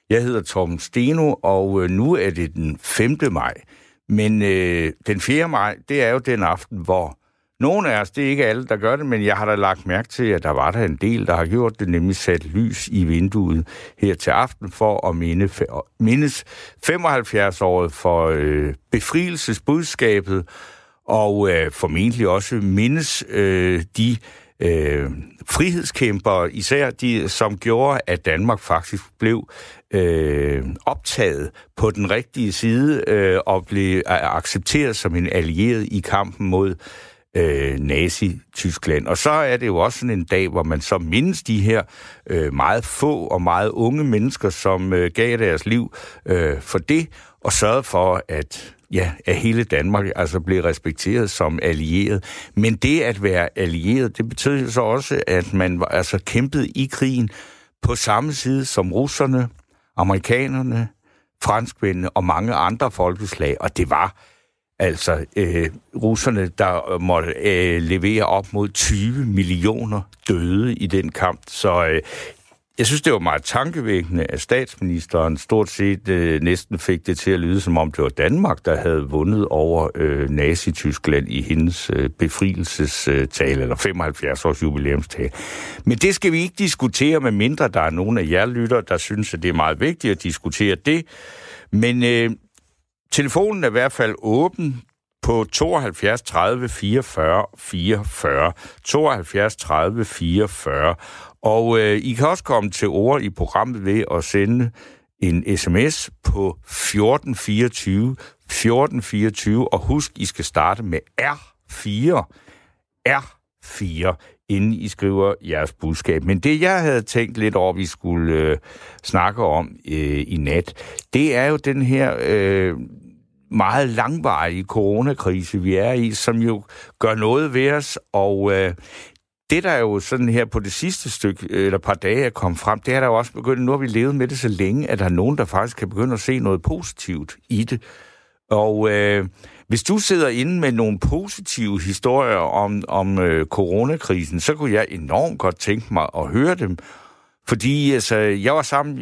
Jeg hedder Torben Steno, og nu er det den 5. maj. Men den 4. maj, det er jo den aften, hvor nogle af os, det er ikke alle, der gør det, men jeg har da lagt mærke til, at der var der en del, der har gjort det, nemlig sat lys i vinduet her til aften for at mindes 75-året for befrielsesbudskabet, og formentlig også mindes de frihedskæmpere, især de, som gjorde, at Danmark faktisk blev optaget på den rigtige side og blev accepteret som en allieret i kampen mod Nazi-Tyskland. Og så er det jo også sådan en dag, hvor man så mindes de her meget få og meget unge mennesker, som gav deres liv for det, og sørgede for, at hele Danmark altså blev respekteret som allieret. Men det at være allieret, det betød så også, at man altså kæmpede i krigen på samme side som russerne, amerikanerne, franskmændene og mange andre folkeslag. Og det var altså russerne, der måtte levere op mod 20 millioner døde i den kamp. Så jeg synes, det var meget tankevækkende, at statsministeren stort set næsten fik det til at lyde, som om det var Danmark, der havde vundet over Nazi-Tyskland i hendes befrielsestale, eller 75-års jubilæumstale. Men det skal vi ikke diskutere, med mindre der er nogen af jer lytter, der synes, at det er meget vigtigt at diskutere det. Men telefonen er i hvert fald åben på 72 30 44 44. 72 30 44. Og I kan også komme til ord i programmet ved at sende en sms på 1424. 1424, og husk, I skal starte med R4. R4, inden I skriver jeres budskab. Men det, jeg havde tænkt lidt over, vi skulle snakke om i nat, det er jo den her meget langvarige coronakrise, vi er i, som jo gør noget ved os, og det, der jo sådan her på det sidste stykke, eller par dage er kommet frem, det er der jo også begyndt, nu har vi levet med det så længe, at der er nogen, der faktisk kan begynde at se noget positivt i det. Og hvis du sidder inde med nogle positive historier om coronakrisen, så kunne jeg enormt godt tænke mig at høre dem. Fordi altså, jeg var sammen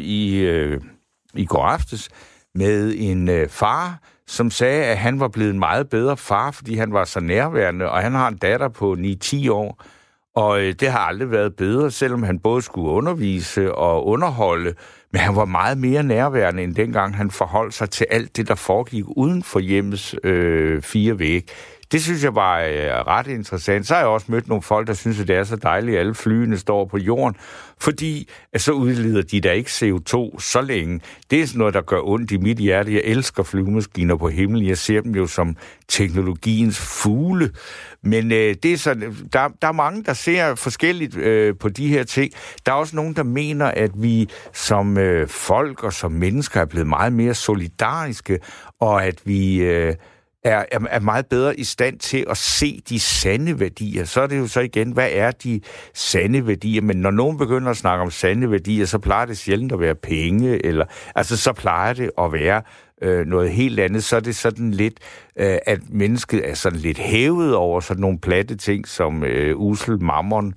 i går aftes med en far, som sagde, at han var blevet en meget bedre far, fordi han var så nærværende, og han har en datter på 9-10 år. Og det har aldrig været bedre, selvom han både skulle undervise og underholde, men han var meget mere nærværende, end dengang han forholdt sig til alt det, der foregik uden for hjemmets 4 vægge. Det synes jeg var ret interessant. Så har jeg også mødt nogle folk, der synes, at det er så dejligt, at alle flyene står på jorden, fordi at så udleder de da ikke CO2 så længe. Det er sådan noget, der gør ondt i mit hjerte. Jeg elsker flyvemaskiner på himlen. Jeg ser dem jo som teknologiens fugle. Men det er sådan, der er mange, der ser forskelligt på de her ting. Der er også nogen, der mener, at vi som folk og som mennesker er blevet meget mere solidariske, og at vi er meget bedre i stand til at se de sande værdier. Så er det jo så igen, hvad er de sande værdier? Men når nogen begynder at snakke om sande værdier, så plejer det sjældent at være penge, eller altså så plejer det at være noget helt andet. Så er det sådan lidt, at mennesket er sådan lidt hævet over sådan nogle platte ting som usel mammon.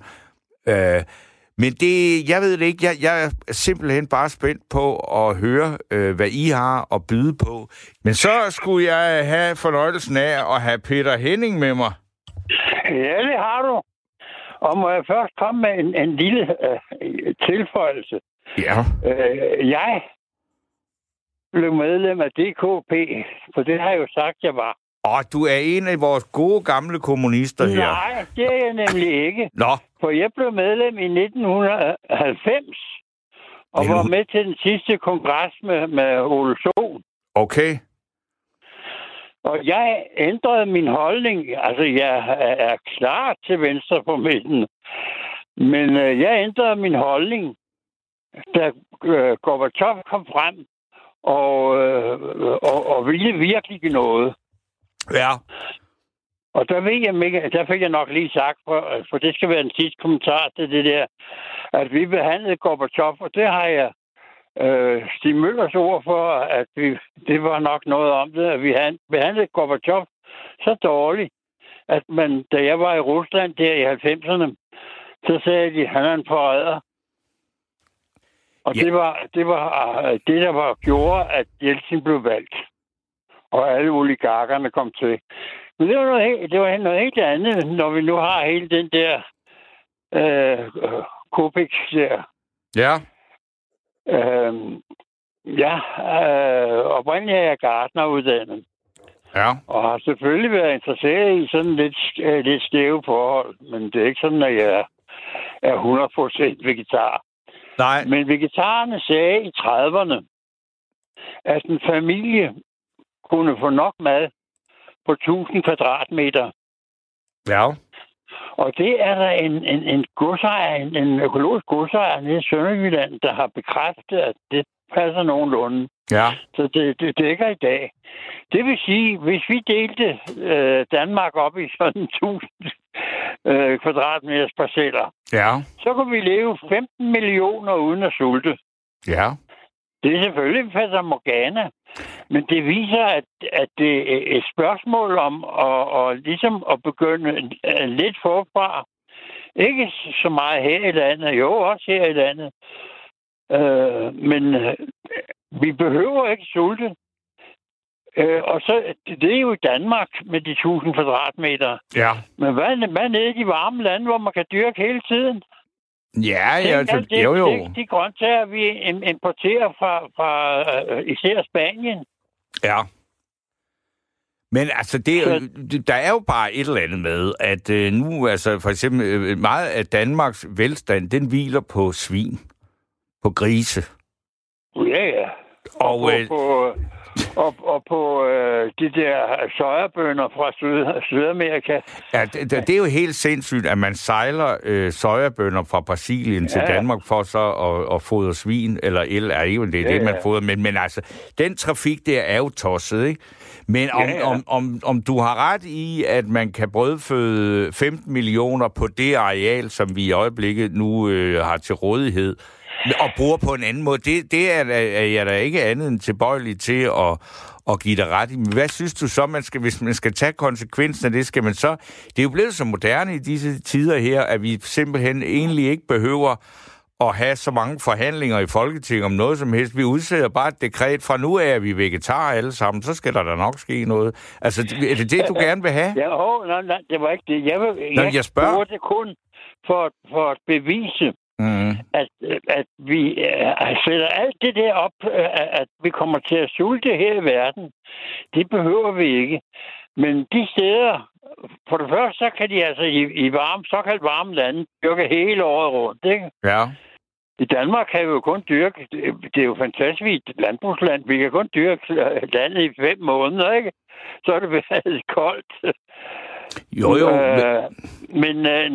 Men det, jeg ved det ikke. Jeg er simpelthen bare spændt på at høre, hvad I har at byde på. Men så skulle jeg have fornøjelsen af at have Peter Henning med mig. Ja, det har du. Og må jeg først komme med en lille tilføjelse. Ja. Jeg blev medlem af DKP, for det har jeg jo sagt, jeg var. Og du er en af vores gode gamle kommunister her. Nej, det er jeg nemlig ikke. Nå. For jeg blev medlem i 1990, og var med til den sidste kongres med Ole Sohn. Okay. Og jeg ændrede min holdning. Altså, jeg er klar til venstre på midten. Men jeg ændrede min holdning, da Gorbachev kom frem og ville virkelig noget. Ja. Og der fik jeg nok lige sagt, for det skal være den sidste kommentar til det der, at vi behandlede Gorbachev, og det har jeg Stig Møllers ord for, at det var nok noget om det, at vi behandlede Gorbachev så dårligt, at da jeg var i Rusland der i 90'erne, så sagde de, at han er en forræder. Og det var det, der gjorde, at Jeltsin blev valgt. Og alle oligarkerne kom til. Men det var noget helt andet, når vi nu har hele den der Kopik der. Ja. Oprindeligt er jeg gartneruddannet. Ja. Og har selvfølgelig været interesseret i sådan lidt skæve forhold. Men det er ikke sådan, at jeg er 100% vegetar. Nej. Men vegetarerne sagde i 30'erne, at en familie kunne få nok mad på 1000 kvadratmeter. Ja. Og det er der en godsejer, en økologisk godsejer nede i Sønderjylland, der har bekræftet, at det passer nogenlunde. Ja. Så det dækker i dag. Det vil sige, hvis vi delte Danmark op i sådan 1000 kvadratmeters parceller, Ja. så kunne vi leve 15 millioner uden at sulte. Ja. Det er selvfølgelig Fata Morgana, men det viser, at det er et spørgsmål om ligesom at begynde lidt forfra. Ikke så meget her i landet, jo også her i landet. Men vi behøver ikke sulte. Og så, det er jo i Danmark med de 1000 kvadratmeter. Ja. Men hvad nede i de varme lande, hvor man kan dyrke hele tiden? Ja, jo. De grøntsager, vi importerer fra især Spanien. Ja. Men altså, der er jo bare et eller andet med, at nu, altså for eksempel, meget af Danmarks velstand, den hviler på svin, på grise. Ja. Og på de der sojabønner fra Sydamerika. Ja, det er jo helt sindssygt, at man sejler sojabønner fra Brasilien til Danmark for så at fodre svin, eller el er jo det, man fodrer. Men altså, den trafik der er jo tosset, ikke? Men om du har ret i, at man kan brødføde 15 millioner på det areal, som vi i øjeblikket nu har til rådighed, og bruger på en anden måde, det er jeg da ikke andet end tilbøjelig til at give dig ret i. Men hvad synes du så, hvis man skal tage konsekvensen af det, skal man så... Det er jo blevet så moderne i disse tider her, at vi simpelthen egentlig ikke behøver at have så mange forhandlinger i Folketinget om noget som helst. Vi udsætter bare et dekret fra nu af, at vi er vegetarer alle sammen, så skal der da nok ske noget. Altså, er det det, du gerne vil have? Nej, det var ikke det. Jeg spørger det kun for at bevise, at vi sætter alt det der op, at vi kommer til at sulte her i verden. Det behøver vi ikke. Men de steder, for det første, så kan de altså i såkaldt varme lande dyrke hele året rundt, ikke? Ja. I Danmark kan vi jo kun dyrke, det er jo fantastisk, et landbrugsland, vi kan kun dyrke landet i 5 måneder, ikke? Så er det været koldt. Jo. Men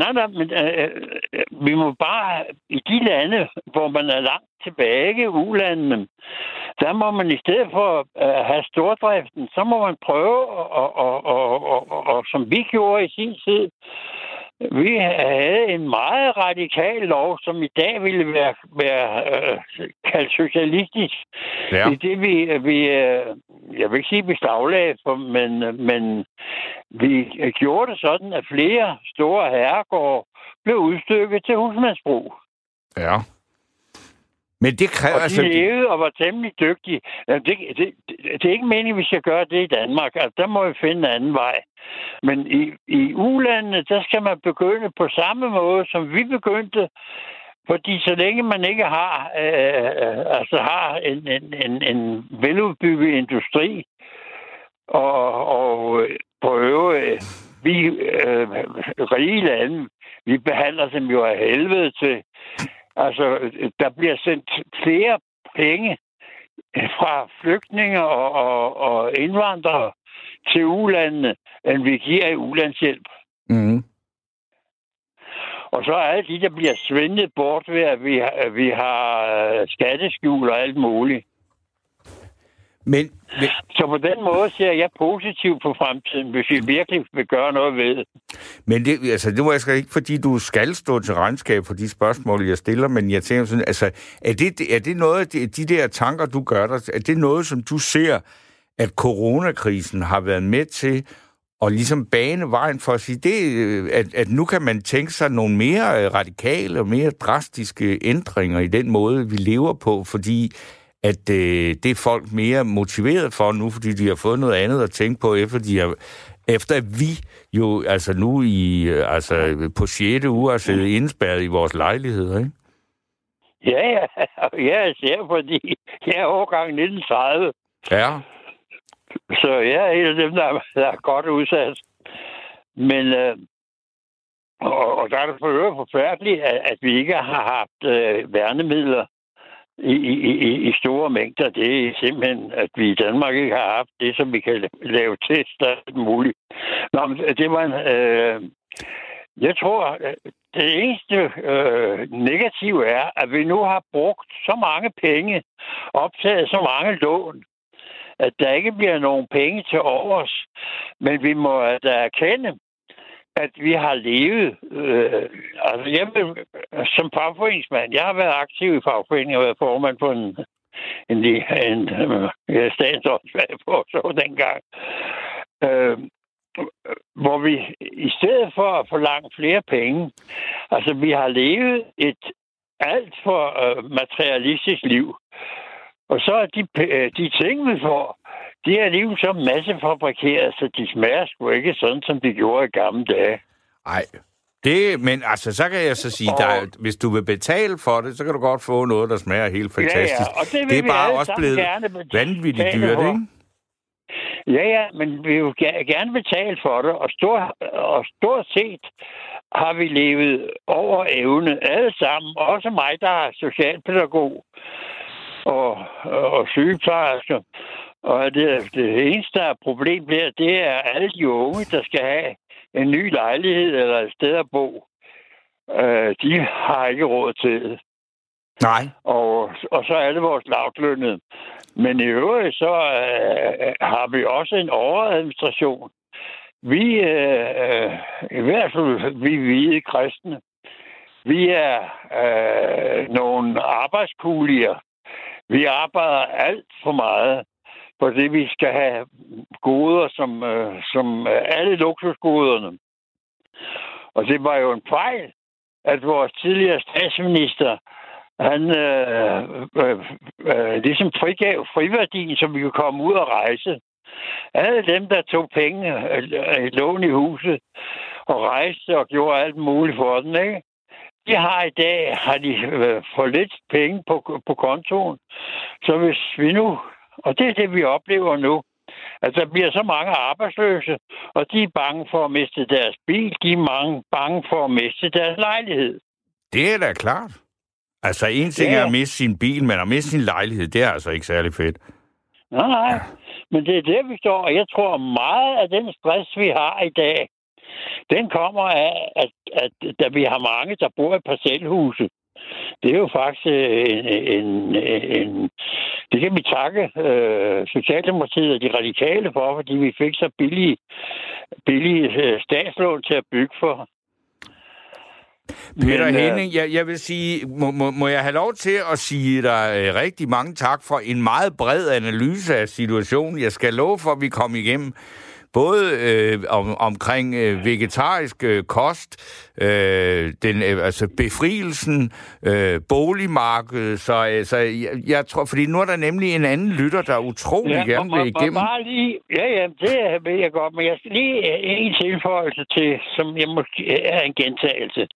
vi må bare, i de lande, hvor man er langt tilbage, ulandene, der må man i stedet for at have stordriften, så må man prøve, og som vi gjorde i sin tid, vi havde en meget radikal lov, som i dag ville være kaldt socialistisk. Ja. I det vi jeg vil ikke sige, at vi slaglagde, men vi gjorde det sådan, at flere store herregårde blev udstykket til husmandsbrug. Ja. Men det kræver... Og de levede og var temmelig dygtige. Det er ikke meningen, at vi skal gøre det i Danmark. Altså, der må vi finde en anden vej. Men i ulandene, der skal man begynde på samme måde, som vi begyndte. Fordi så længe man ikke har en veludbygget industri, og prøve, vi rige lande, vi behandler dem jo af helvede til. Altså, der bliver sendt flere penge fra flygtninge og indvandrere til ulandene, end vi giver i ulandshjælp. Mm. Og så er alle de, der bliver svindlet bort ved, at vi har skatteskjul og alt muligt. Men... Så på den måde ser jeg positivt på fremtiden, hvis vi virkelig vil gøre noget ved det. Men det var altså ikke, fordi du skal stå til regnskab for de spørgsmål, jeg stiller, men jeg tænker sådan, altså, er det noget af de der tanker, du gør dig, er det noget, som du ser, at coronakrisen har været med til og ligesom bane vejen for at sige, at nu kan man tænke sig nogle mere radikale og mere drastiske ændringer i den måde, vi lever på, fordi at det er folk mere motiveret for nu, fordi de har fået noget andet at tænke på, efter vi jo altså nu på 6. uge har siddet indspærret i vores lejligheder, ikke? Ja, jeg ser, fordi jeg er årgang 1930. Ja. Så jeg er en af dem, der er godt udsat. Men, og der er det for øvrigt forfærdeligt, at vi ikke har haft værnemidler i store mængder. Det er simpelthen, at vi i Danmark ikke har haft det, som vi kan lave tester og alt muligt. Nå, det var jeg tror, det eneste negative er, at vi nu har brugt så mange penge, optaget så mange lån, at der ikke bliver nogen penge til overs. Men vi må da erkende, at vi har levet. Som fagforeningsmand, jeg har været aktiv i fagforeningen, jeg har været formand på en statsårsvalg på så dengang. Hvor vi i stedet for at forlange flere penge, altså vi har levet et alt for materialistisk liv. Og så er de ting, vi får, de er alligevel så massefabrikeret, så de smager sgu ikke sådan, som de gjorde i gamle dage. Nej, men altså, så kan jeg så sige, hvis du vil betale for det, så kan du godt få noget, der smager helt fantastisk. Ja. Og det er bare også blevet vanvittigt dyrt, ikke? Ja, men vi vil gerne betale for det, og stort set har vi levet over evne, alle sammen, også mig, der er socialpædagog og sygeplejersker. Og det eneste, der er problem der, det er alle de unge, der skal have en ny lejlighed eller et sted at bo. De har ikke råd til det. Nej. Og så er det vores lavtlønnede. Men i øvrigt så har vi også en overadministration. Vi i hvert fald vi hvide kristne. Vi er nogle arbejdskulier. Vi arbejder alt for meget, fordi vi skal have goder som alle luksusgoderne. Og det var jo en fejl, at vores tidligere statsminister han ligesom frigav friværdien, så vi kunne komme ud og rejse. Alle dem, der tog penge, lån i huset og rejste og gjorde alt muligt for den, ikke? De har i dag for lidt penge på kontoen. Så hvis vi nu, og det er det, vi oplever nu, at der bliver så mange arbejdsløse, og de er bange for at miste deres bil, de er bange for at miste deres lejlighed. Det er da klart. Altså, en ting er at miste sin bil, men at miste sin lejlighed, det er altså ikke særlig fedt. Nej, men det er det, vi står. Og jeg tror, meget af den stress, vi har i dag, den kommer af, at da vi har mange, der bor i parcelhuse. Det er jo faktisk det kan vi takke Socialdemokratiet og de radikale for, fordi vi fik så billige statslån til at bygge for. Peter Henning, jeg vil sige, må jeg have lov til at sige dig rigtig mange tak for en meget bred analyse af situationen. Jeg skal love for, at vi kommer igennem både omkring vegetarisk kost, altså befrielsen, boligmarkedet, så jeg tror, fordi nu er der nemlig en anden lytter, der utrolig gerne vil igennem. Bare lige, det ved jeg godt, men jeg skal lige en tilføjelse til, som jeg måske er en gentagelse.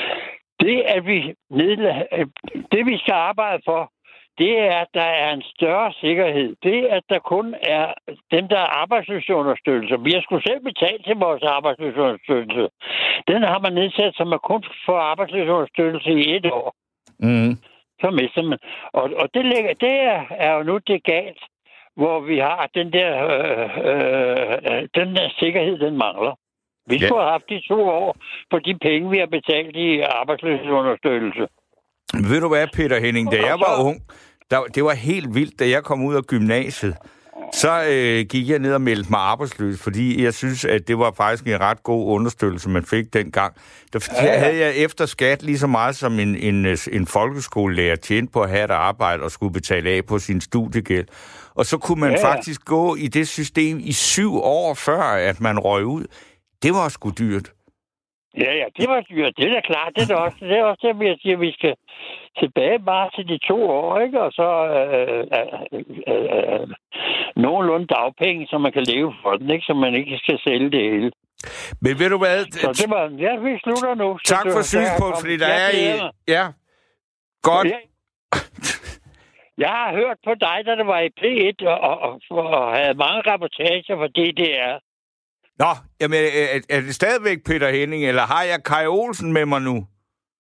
Det vi skal arbejde for, det er, at der er en større sikkerhed. Det, at der kun er dem, der er arbejdsløshedsunderstøttelse. Vi har sgu selv betalt til vores arbejdsløshedsunderstøttelse. Den har man nedsat, så man kun får arbejdsløshedsunderstøttelse i 1 år. Mm. Så mister man. Og det er jo nu det galt, hvor vi har den der sikkerhed, den mangler. Vi skulle have haft de 2 år for de penge, vi har betalt i arbejdsløshedsunderstøttelse. Ved du hvad, Peter Henning, da jeg var ung, det var helt vildt, da jeg kom ud af gymnasiet. Så gik jeg ned og meldte mig arbejdsløs, fordi jeg synes, at det var faktisk en ret god understøttelse, man fik dengang. Der havde jeg efter skat lige så meget som en folkeskolelærer tjent på at have et arbejde og skulle betale af på sin studiegæld. Og så kunne man faktisk gå i det system i 7 år før, at man røg ud. Det var sgu dyrt. Ja, det var dyrt. Det er da klart. Det er også det, jeg siger, vi skal tilbage bare til de 2 år, ikke? Og så nogenlunde dagpenge, så man kan leve for den, ikke? Så man ikke skal sælge det hele. Men ved du hvad? Så det var... Ja, vi slutter nu. Tak for synspunkt, fordi der er i... Ja, godt. Ja. Jeg har hørt på dig, da det var i P1, og havde mange rapportager for DDR. Nå, jamen, er det stadigvæk Peter Henning, eller har jeg Kai Olsen med mig nu?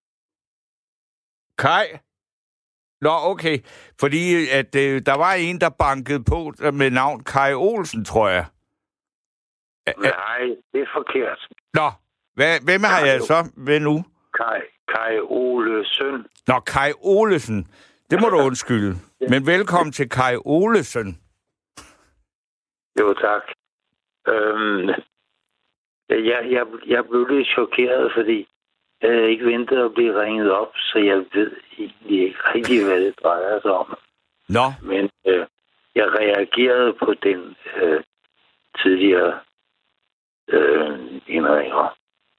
Kai? Nå, okay. Fordi at der var en, der bankede på med navn Kai Olsen, tror jeg. Nej, det er forkert. Nå, hvem har jeg så ved nu? Kai Olesen. Nå, Kai Olesen. Det må du undskylde. Men velkommen til Kai Olesen. Jo, tak. Jeg blev lidt chokeret, fordi jeg havde ikke ventet at blive ringet op, så jeg ved egentlig ikke rigtig, hvad det drejer sig om. Nå. Men jeg reagerede på den tidligere indringer.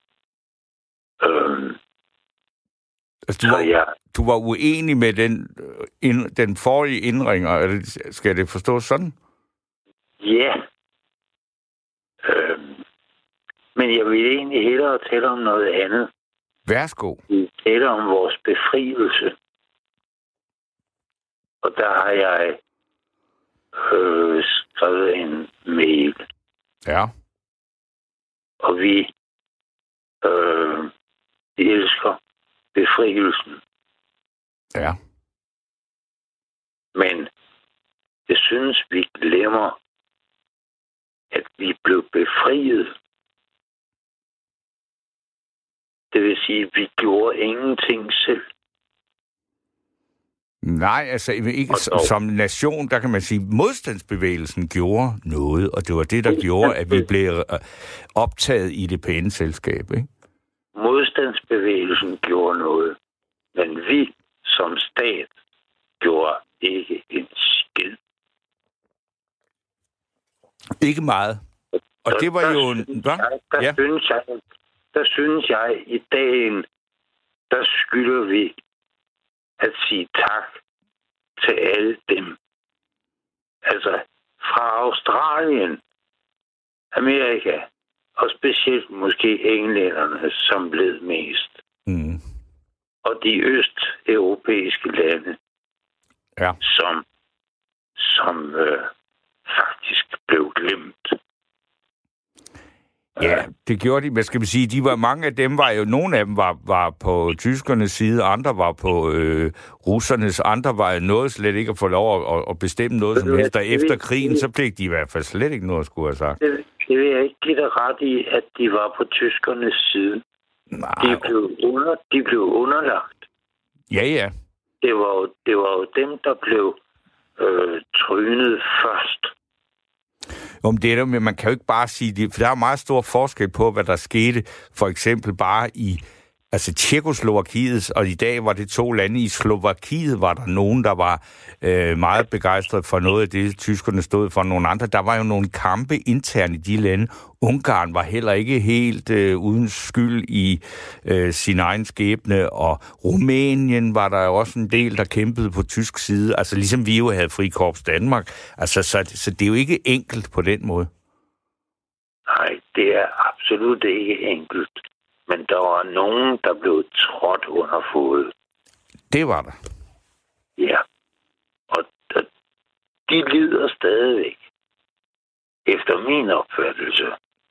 Altså, du var uenig med den forrige indringer. Skal det forstås sådan? Ja. Men jeg vil egentlig hellere tale om noget andet. Værsgo. Vi taler om vores befrielse. Og der har jeg skrevet en mail. Ja. Og vi elsker befrielsen. Ja. Men jeg synes, vi glemmer, at vi blev befriet. Det vil sige, at vi gjorde ingenting selv. Nej, altså ikke som nation, der kan man sige, at modstandsbevægelsen gjorde noget, og det var det, der gjorde, at vi blev optaget i det pæne selskab, ikke? Modstandsbevægelsen gjorde noget, men vi som stat gjorde ikke en skid. Ikke meget. Og det var jo en... Der synes jeg, i dagen, der skylder vi at sige tak til alle dem. Altså fra Australien, Amerika, og specielt måske englænderne, som led mest. Mm. Og de østeuropæiske lande, ja. som faktisk blev glemt. Ja, det gjorde de. Hvad skal vi sige? Mange af dem var jo, nogle af dem var på tyskernes side, andre var på russernes, andre var noget slet ikke at få lov at bestemme noget som helst. Og efter krigen, så fik de i hvert fald slet ikke noget at skulle have sagt. Det vil jeg ikke give dig ret i, at de var på tyskernes side. Nej. De blev underlagt. Ja, ja. Det var jo dem, der blev trynet først. Om det er det, men man kan jo ikke bare sige det, for der er meget stor forskel på, hvad der skete, for eksempel bare i Tjekkoslovakiet, og i dag var det 2 lande. I Slovakiet var der nogen, der var meget begejstret for noget af det, tyskerne stod for. Nogle andre, der var jo nogle kampe internt i de lande. Ungarn var heller ikke helt uden skyld i sin egen skæbne, og Rumænien var der også en del, der kæmpede på tysk side. Altså ligesom vi jo havde Frikorps Danmark. Altså, så det er jo ikke enkelt på den måde. Nej, det er absolut ikke enkelt. Men der var nogen, der blev trådt under fod. Det var der. Ja. Og de lider stadigvæk. Efter min opfattelse.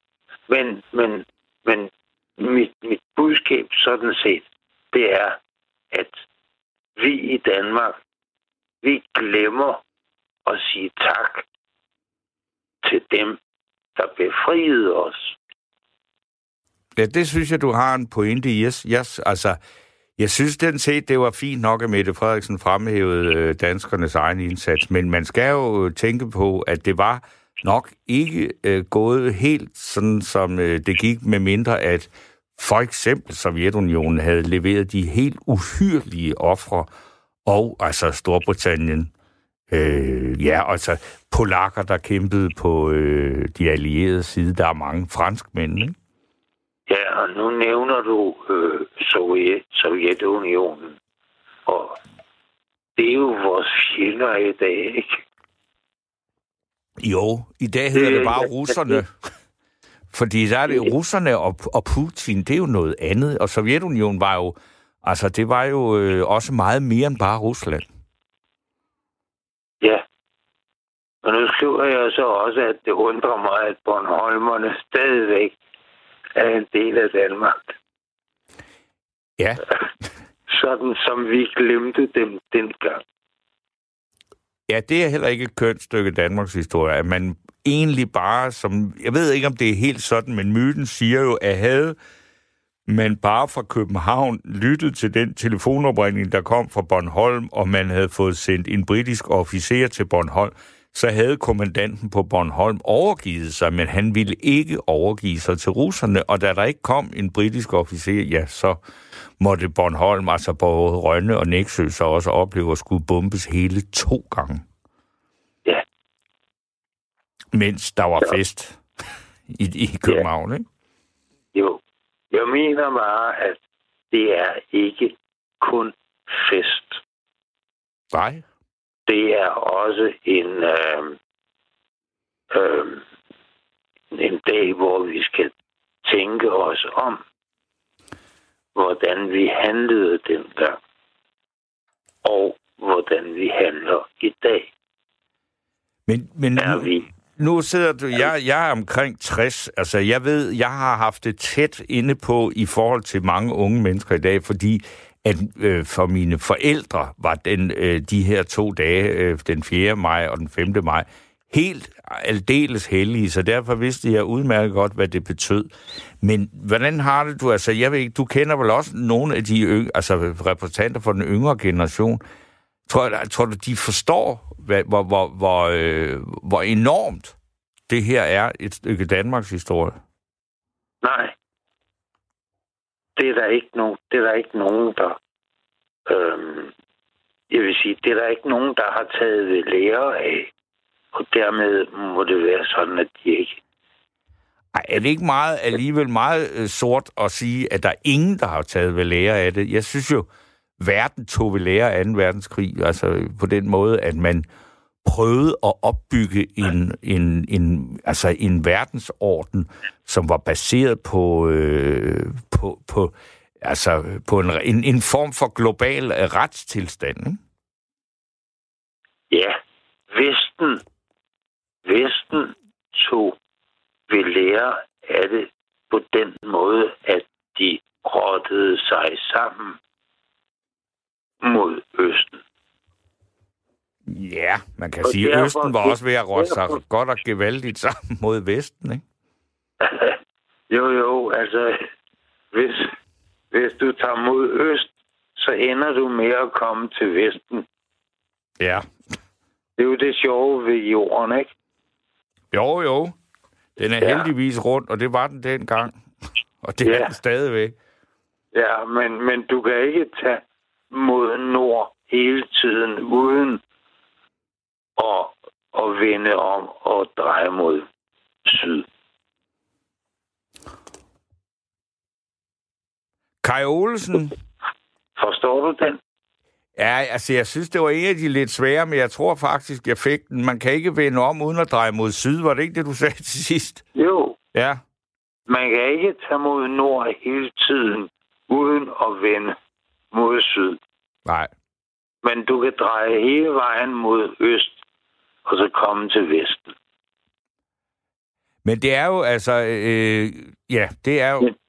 Men mit budskab sådan set, det er, at vi i Danmark, vi glemmer at sige tak til dem, der befriede os. Ja, det synes jeg, du har en pointe i. Jeg synes, det var fint nok, at Mette Frederiksen fremhævede danskernes egen indsats, men man skal jo tænke på, at det var nok ikke gået helt sådan, som det gik, med mindre at for eksempel Sovjetunionen havde leveret de helt uhyrlige ofre, og altså Storbritannien, altså polakker, der kæmpede på de allierede side. Der er mange franskmænd, ikke? Ja, og nu nævner du Sovjetunionen, og det er jo vores fjender i dag, ikke? Jo, i dag hedder det bare russerne. Fordi der er det russerne og Putin, det er jo noget andet. Og Sovjetunionen var jo, altså det var jo også meget mere end bare Rusland. Ja. Og nu skriver jeg så også, at det undrer mig, at Bornholmerne stadigvæk er en del af Danmark. Ja. Sådan som vi glemte dem dengang. Ja, det er heller ikke et kønt stykke Danmarks historie, at man egentlig bare, som jeg ved ikke, om det er helt sådan, men myten siger jo, at havde man bare fra København lyttet til den telefonopringning, der kom fra Bornholm, og man havde fået sendt en britisk officer til Bornholm, så havde kommandanten på Bornholm overgivet sig, men han ville ikke overgive sig til russerne, og da der ikke kom en britisk officer, ja, så måtte Bornholm, altså både Rønne og Nexø, så også opleve at skulle bombes hele 2 gange. Ja. Mens der var fest i København, ikke? Jo. Jeg mener bare, at det er ikke kun fest. Nej. Det er også en dag, hvor vi skal tænke os om, hvordan vi handlede dengang, og hvordan vi handler i dag. Men nu sidder du, jeg er omkring 60, altså jeg ved, jeg har haft det tæt inde på i forhold til mange unge mennesker i dag, fordi at for mine forældre var de her 2 dage, den 4. maj og den 5. maj, helt aldeles hellige, så derfor vidste jeg udmærket godt, hvad det betød. Men hvordan har det du? Altså, jeg ved ikke, du kender vel også nogle af de repræsentanter for den yngre generation. Tror du, de forstår, hvor enormt det her er et stykke Danmarks historie? Nej. Det er der ikke nogen, der... jeg vil sige, det er der ikke nogen, der har taget ved lære af. Og dermed må det være sådan, at de ikke... Ej, er det ikke alligevel meget sort at sige, at der er ingen, der har taget ved lære af det? Jeg synes jo, verden tog ved lære af 2. verdenskrig, altså på den måde, at man prøvede at opbygge en verdensorden, som var baseret på en form for global retstilstand. Ikke? Ja, Vesten tog ved lære af det på den måde, at de rottede sig sammen mod Østen. Ja, man kan sige, at Østen var også ved at rotte sig godt og gevaldigt sammen mod Vesten, ikke? Jo, altså, hvis du tager mod Øst, så ender du med at komme til Vesten. Ja. Det er jo det sjove ved jorden, ikke? Jo. Den er heldigvis rundt, og det var den dengang. Og det er den stadigvæk. Ja, men du kan ikke tage mod nord hele tiden, uden at vende om og dreje mod syd. Kai Olesen. Forstår du den? Ja, altså jeg synes, det var en af de lidt svære, men jeg tror faktisk, jeg fik den. Man kan ikke vende om uden at dreje mod syd. Var det ikke det, du sagde til sidst? Jo. Ja. Man kan ikke tage mod nord hele tiden, uden at vende mod syd. Nej. Men du kan dreje hele vejen mod øst, og så komme til vesten. Men det er jo altså... det er jo...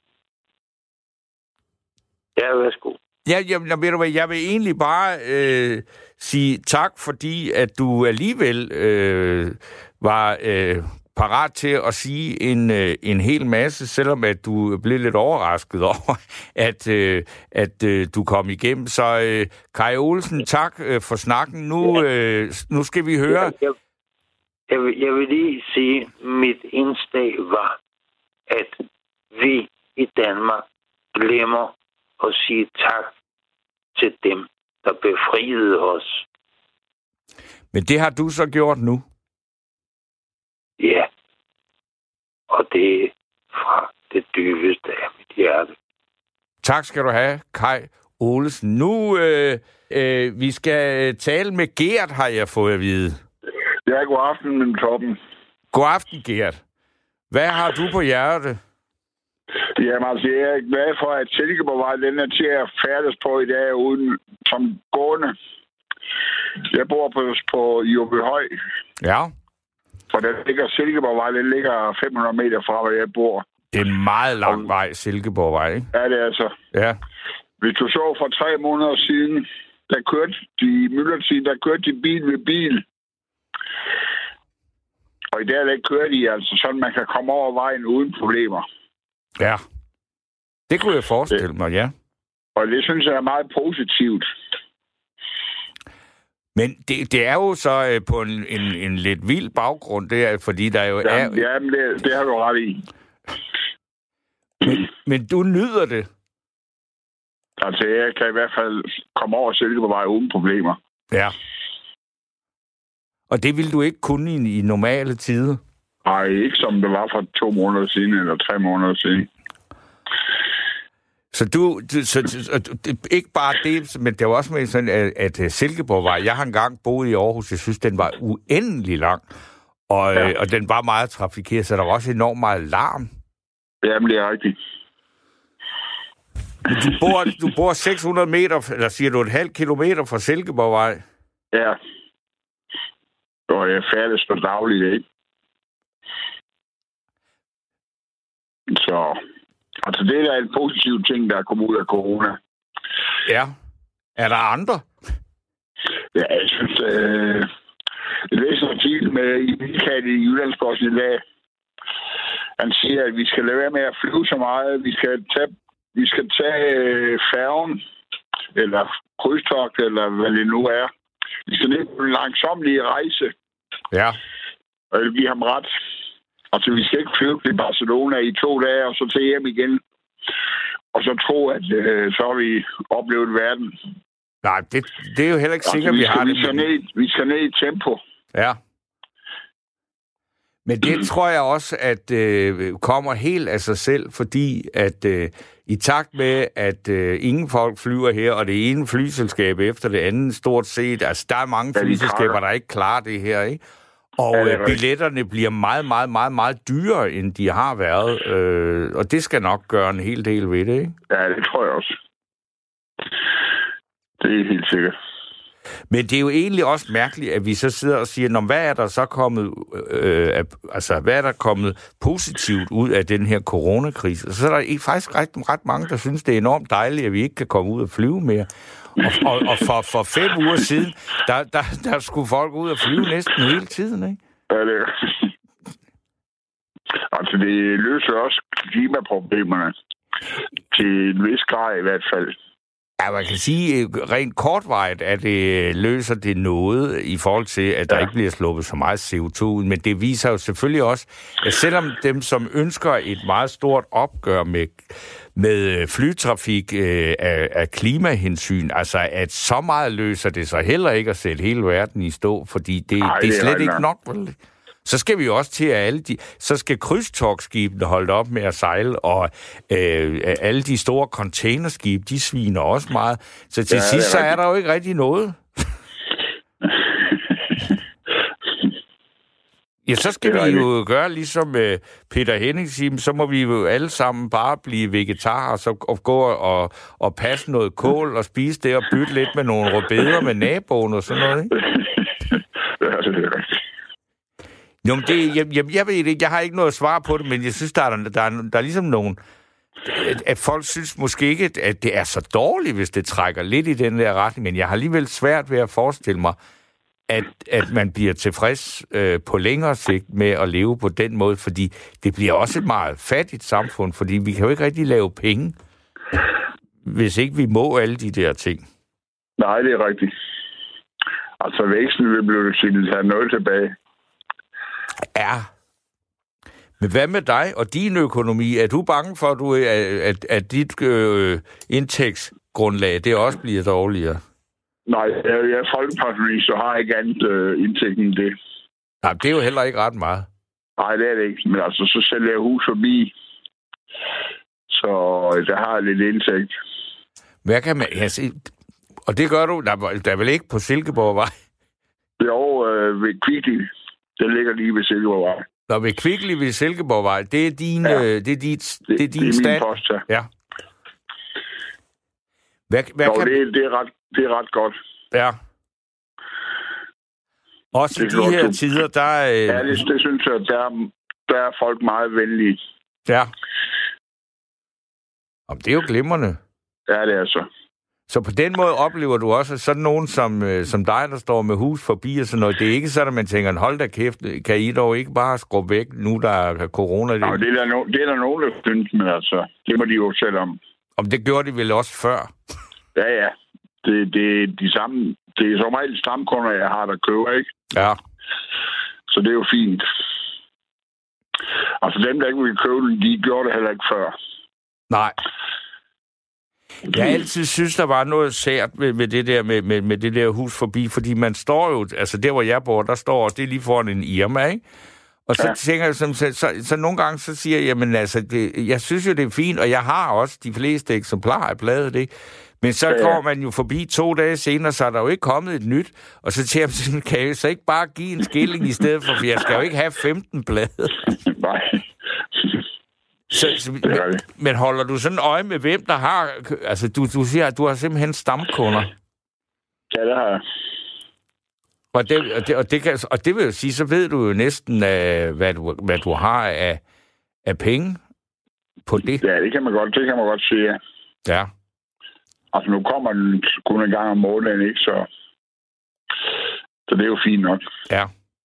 Ja, værsgo. Jeg vil egentlig bare sige tak, fordi at du alligevel var parat til at sige en hel masse, selvom at du blev lidt overrasket over, at du kom igennem. Så Kai Olesen, tak for snakken. Nu skal vi høre. Jeg vil lige sige, at mit indslag var, at vi i Danmark glemmer at sige tak til dem, der befriede os. Men det har du så gjort nu? Ja. Og det er fra det dybeste af mit hjerte. Tak skal du have, Kai Olesen. Nu vi skal tale med Gert, har jeg fået at vide. Ja, god aften, min Torben. God aften, Gert. Hvad har du på hjertet? Jamen, altså, jeg er glad for, at Silkeborgvej, den er til at færdes på i dag uden som gående. Jeg bor på Jobøhøj. Ja. For den ligger Silkeborgvej, den ligger 500 meter fra, hvor jeg bor. Det er en meget lang vej, Silkeborgvej, ikke? Ja, det er altså. Ja. Hvis du så for 3 måneder siden, der kørte de bil ved bil. Og i dag, der kører de altså sådan, man kan komme over vejen uden problemer. Ja. Det kunne jeg forestille mig, ja. Og det synes jeg er meget positivt. Men det er jo så på en lidt vild baggrund, det er, fordi der jo er... Jamen, det har du ret i. Men du nyder det? Altså, jeg kan i hvert fald komme over Silkeborgvej uden problemer. Ja. Og det ville du ikke kunne i normale tider? Nej, ikke som det var for 2 måneder siden, eller 3 måneder siden. Så ikke bare det, men det var også med sådan, at Silkeborgvej, jeg har engang boet i Aarhus, jeg synes, den var uendelig lang, og den var meget trafikeret, så der var også enormt meget larm. Jamen, det er rigtigt. Du bor 600 meter, eller siger du 0,5 kilometer fra Silkeborgvej? Ja. Og jeg færdes på dagligt, ikke? Så... Altså, det er en positiv ting, der er kommet ud af corona. Ja. Er der andre? Ja, jeg synes, jeg læser en artikel med Michael i Jyllandsposten i dag. Han siger, at vi skal lade være med at flyve så meget. Vi skal tage færgen, eller krydstogt, eller hvad det nu er. Vi skal ned på en langsomlig rejse. Ja. Og jeg vil give ham ret. Altså, vi skal ikke flyve til Barcelona i 2 dage, og så til hjem igen. Og så tro, at så har vi oplevet verden. Nej, det er jo heller ikke sikkert, vi har det. Vi skal ned i tempo. Ja. Men det tror jeg også, at kommer helt af sig selv, fordi at i takt med, at ingen folk flyver her, og det ene flyselskab efter det andet stort set, altså der er mange flyselskaber, der ikke klarer det her, ikke? Og billetterne bliver meget, meget, meget, meget dyrere, end de har været. Og det skal nok gøre en hel del ved det, ikke? Ja, det tror jeg også. Det er helt sikkert. Men det er jo egentlig også mærkeligt, at vi så sidder og siger, hvad er der så kommet, hvad er der kommet positivt ud af den her coronakrise? Og så er der faktisk ret mange, der synes, det er enormt dejligt, at vi ikke kan komme ud og flyve mere. Og for 5 uger siden, der skulle folk ud og flyve næsten hele tiden, ikke? Ja, det er. Altså, det løser også klimaproblemerne. Til en vis grad i hvert fald. Ja, man kan sige, rent kortvarigt, at det løser det noget i forhold til, at der ikke bliver sluppet så meget CO2 ud. Men det viser jo selvfølgelig også, at selvom dem, som ønsker et meget stort opgør med flytrafik af klimahensyn, altså at så meget løser det sig heller ikke at sætte hele verden i stå, fordi det er slet ikke nok. Så skal vi også til, at så skal krydstogtskibene holde op med at sejle, og alle de store containerskib, de sviner også meget. Så til sidst, så er der jo ikke rigtig noget. Ja, så skal vi jo gøre ligesom Peter Henning siger, så må vi jo alle sammen bare blive vegetarer, og gå og passe noget kål og spise det, og bytte lidt med nogle rødbeder med naboen og sådan noget, ikke? Ja, det er rigtigt. Jo, men jeg ved ikke, jeg har ikke noget svar på det, men jeg synes, der er ligesom nogen, at folk synes måske ikke, at det er så dårligt, hvis det trækker lidt i den der retning, men jeg har alligevel svært ved at forestille mig, at man bliver tilfreds på længere sigt med at leve på den måde, fordi det bliver også et meget fattigt samfund, fordi vi kan jo ikke rigtig lave penge, hvis ikke vi må alle de der ting. Nej, det er rigtigt. Altså, væksten vil blive til at noget tilbage. Ja. Men hvad med dig og din økonomi? Er du bange for, at dit indtægtsgrundlag, det også bliver dårligere? Nej, jeg er folkepensionist, så har jeg ikke andet indtægt end det. Nej, det er jo heller ikke ret meget. Nej, det er det ikke. Men altså, så sælger jeg hus forbi. Så der har jeg lidt indtægt. Hvad kan man... Og det gør du... Der er vel ikke på Silkeborgvej? Jo, ved Kvickly. Det ligger lige ved Silkeborgvej. Nå, ved Kvickly ved Silkeborgvej, det er din, det er din stand? Det er min post, ja. Hvad kan... det er ret godt. Ja. Også i de her tider, der... Ja, det synes jeg, der er folk meget venlige. Ja. Og det er jo glimrende. Ja, det er så. Så på den måde oplever du også, at sådan nogen som dig, der står med hus forbi og sådan noget, det er ikke sådan, at man tænker, hold da kæft, kan I dog ikke bare skrubbe væk, nu der er corona? Nej, det er der nogen, der synes, men altså, det må de jo selv om. Om det gjorde de vel også før? Ja. Det er de samme, det er som regel stamkunder, jeg har, der køber, ikke? Ja. Så det er jo fint. Altså dem, der ikke ville købe den, de gjorde det heller ikke før. Nej. Jeg altid synes, der var noget sært med det der med det der hus forbi, fordi man står jo, altså der, hvor jeg bor, der står, det er lige foran en Irma, ikke? Og så tænker jeg, så nogle gange så siger jeg, jamen altså, jeg synes jo, det er fint, og jeg har også de fleste eksemplarer af bladet, ikke? Men så går man jo forbi 2 dage senere, så er der jo ikke kommet et nyt, og så tænker jeg, kan jeg så ikke bare give en skilling i stedet for jeg skal jo ikke have 15 blade. Nej. Men holder du sådan øje med, hvem der har... Altså, du siger, at du har simpelthen stamkunder. Ja, det har jeg. Og det vil jo sige, så ved du jo næsten, hvad du har af penge på det. Ja, det kan man godt sige, ja. Altså, nu kommer den kun en gang om måneden, ikke? Så det er jo fint nok. Ja.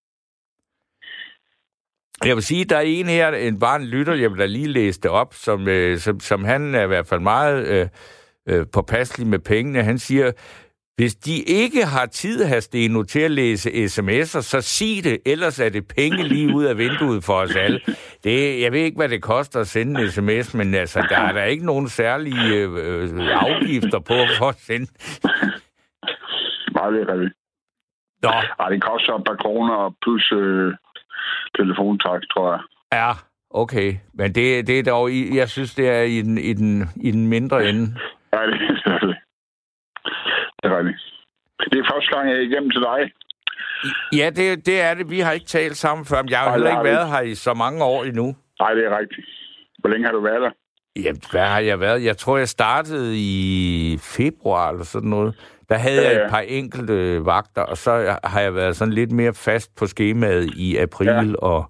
Jeg vil sige, der er en her, bare en lytter, jeg vil da lige læse det op, som han er i hvert fald meget påpasselig med pengene. Han siger, hvis de ikke har tid, Steno, til at læse sms'er, så sig det, ellers er det penge lige ud af vinduet for os alle. Jeg ved ikke, hvad det koster at sende en sms, men altså, der er der ikke nogen særlige afgifter på for at sende. Nej, det er rigtigt. Nå. Ej, det koster et par kroner plus telefontakst, tror jeg. Ja, okay. Men det er dog, jeg synes, det er i den mindre ende. Ja, det er det. Det er rigtigt. Det er første gang, jeg er igennem til dig. Ja, det er det. Vi har ikke talt sammen før, men jeg har jo heller ikke været her i så mange år endnu. Nej, det er rigtigt. Hvor længe har du været der? Jamen, hvad har jeg været? Jeg tror, jeg startede i februar eller sådan noget. Der havde jeg et par enkelte vagter, og så har jeg været sådan lidt mere fast på skemaet i april og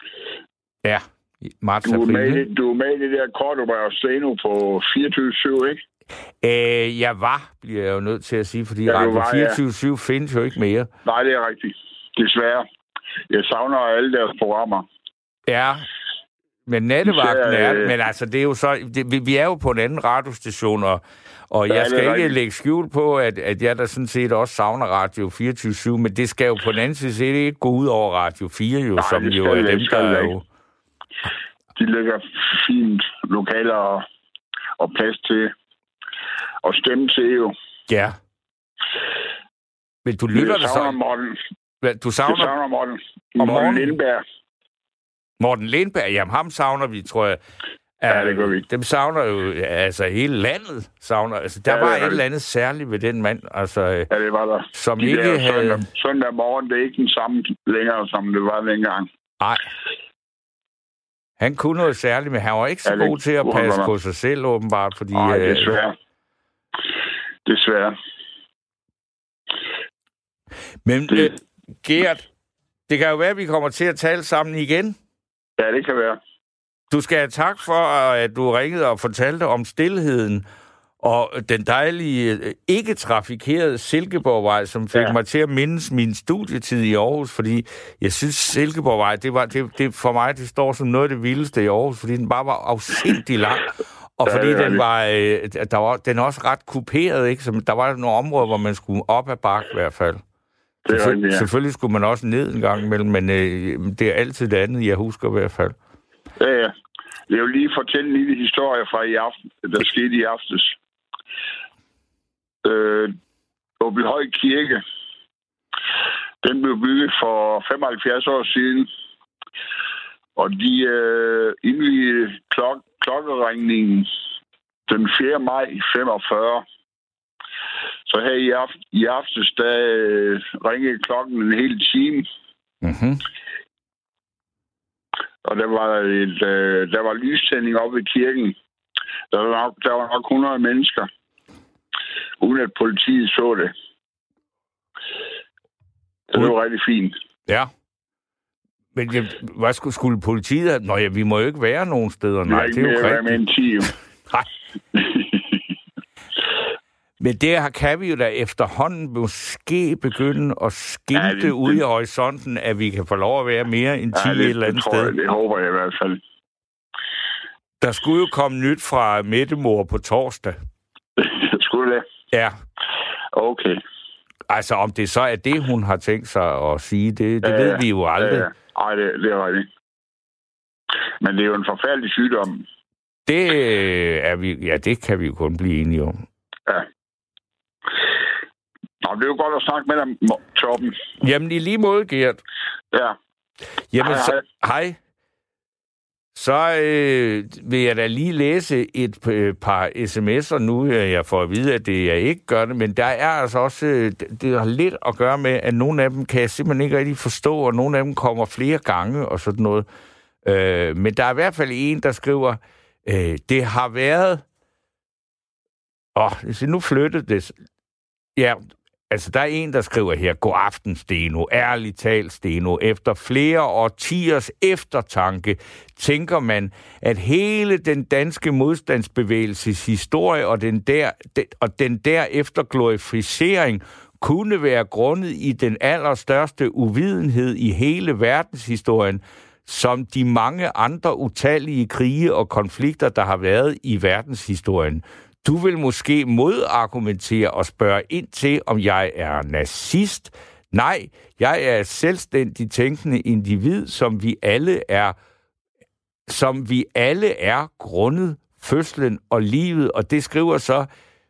marts-april. Du er med i det der Cordoba Steno på 24/7, ikke? Jeg bliver jeg jo nødt til at sige, fordi Radio 24/7 findes jo ikke mere. Nej, det er rigtigt. Desværre. Jeg savner alle deres programmer. Ja, men nattevagten men altså, det er jo så... vi er jo på en anden radiostation, og jeg skal ikke lægge skjul på, at jeg da sådan set også savner Radio 24/7, men det skal jo på den anden side ikke gå ud over Radio 4, jo, som jo er dem, der er jo... De lægger fint lokaler og plads til og stemme til jo. Ja. Men du lytter det så... Du savner Morten Lindberg. Morten Lindberg, jamen ham savner vi, tror jeg. Ja, det gør vi. Dem savner jo, altså hele landet savner. Altså, der var et eller andet særligt ved den mand, altså... Ja, det var der. Som ikke havde... Søndag morgen, det er ikke den samme længere, som det var dengang. Nej. Han kunne noget særligt, men han var ikke så god til at passe på sig selv, åbenbart, fordi... Nej, desværre. Men Gert, det kan jo være, at vi kommer til at tale sammen igen. Ja, det kan være. Du skal have tak for, at du ringede og fortalte om stilheden. Og den dejlige, ikke trafikerede Silkeborgvej, som fik mig til at mindes min studietid i Aarhus, fordi jeg synes, Silkeborgvej, det for mig, det står som noget af det vildeste i Aarhus, fordi den bare var afsindig lang. Og fordi den er også ret kuperet, ikke? Så der var nogle områder, hvor man skulle op ad bakke i hvert fald. Selvfølgelig skulle man også ned en gang imellem, men det er altid det andet, jeg husker i hvert fald. Ja. Jeg vil lige fortælle en lille historie fra i aften, der skete i aftes. Åbyhøj Kirke, den blev bygget for 75 år siden, og de indvidede klokkeringningen den 4. maj 45. Så her i aftes, der ringede klokken en hel time. Mhm. Og der var lystænding oppe i kirken. Der var nok 100 mennesker, uden at politiet så det. Det var rigtig fint. Ja. Men hvad skulle politiet? Nå ja, vi må jo ikke være nogen steder. Nej, det er jo rigtigt. Med en 10. Nej. Men der kan vi jo da efterhånden måske begynde at skilte ud i horisonten, at vi kan få lov at være mere end 10 et eller andet sted. Det håber jeg i hvert fald. Der skulle jo komme nyt fra Mettemor på torsdag. Skulle det? Ja. Okay. Altså, om det så er det, hun har tænkt sig at sige, det ved vi jo aldrig. Nej, det er rigtigt. Men det er jo en forfærdelig sygdom. Det kan vi jo kun blive enige om. Ja. Nå, det er jo godt at snakke med dig, Torben. Jamen, i lige måde, Gert. Ja. Jamen, hej. Så vil jeg da lige læse et par sms'er nu. Jeg får at vide, at jeg ikke gør det, men der er altså også... det har lidt at gøre med, at nogle af dem kan jeg simpelthen ikke rigtig forstå, og nogle af dem kommer flere gange og sådan noget. Men der er i hvert fald en, der skriver, det har været... nu flyttede det... Ja, altså der er en, der skriver her, god aften, Steno. Ærligt talt, Steno. Efter flere årtiers eftertanke tænker man, at hele den danske modstandsbevægelses historie og den derefter glorificering kunne være grundet i den allerstørste uvidenhed i hele verdenshistorien, som de mange andre utallige krige og konflikter, der har været i verdenshistorien. Du vil måske modargumentere og spørge ind til, om jeg er nazist. Nej, jeg er et selvstændigt tænkende individ, som vi alle er grundet fødslen og livet. Og det skriver så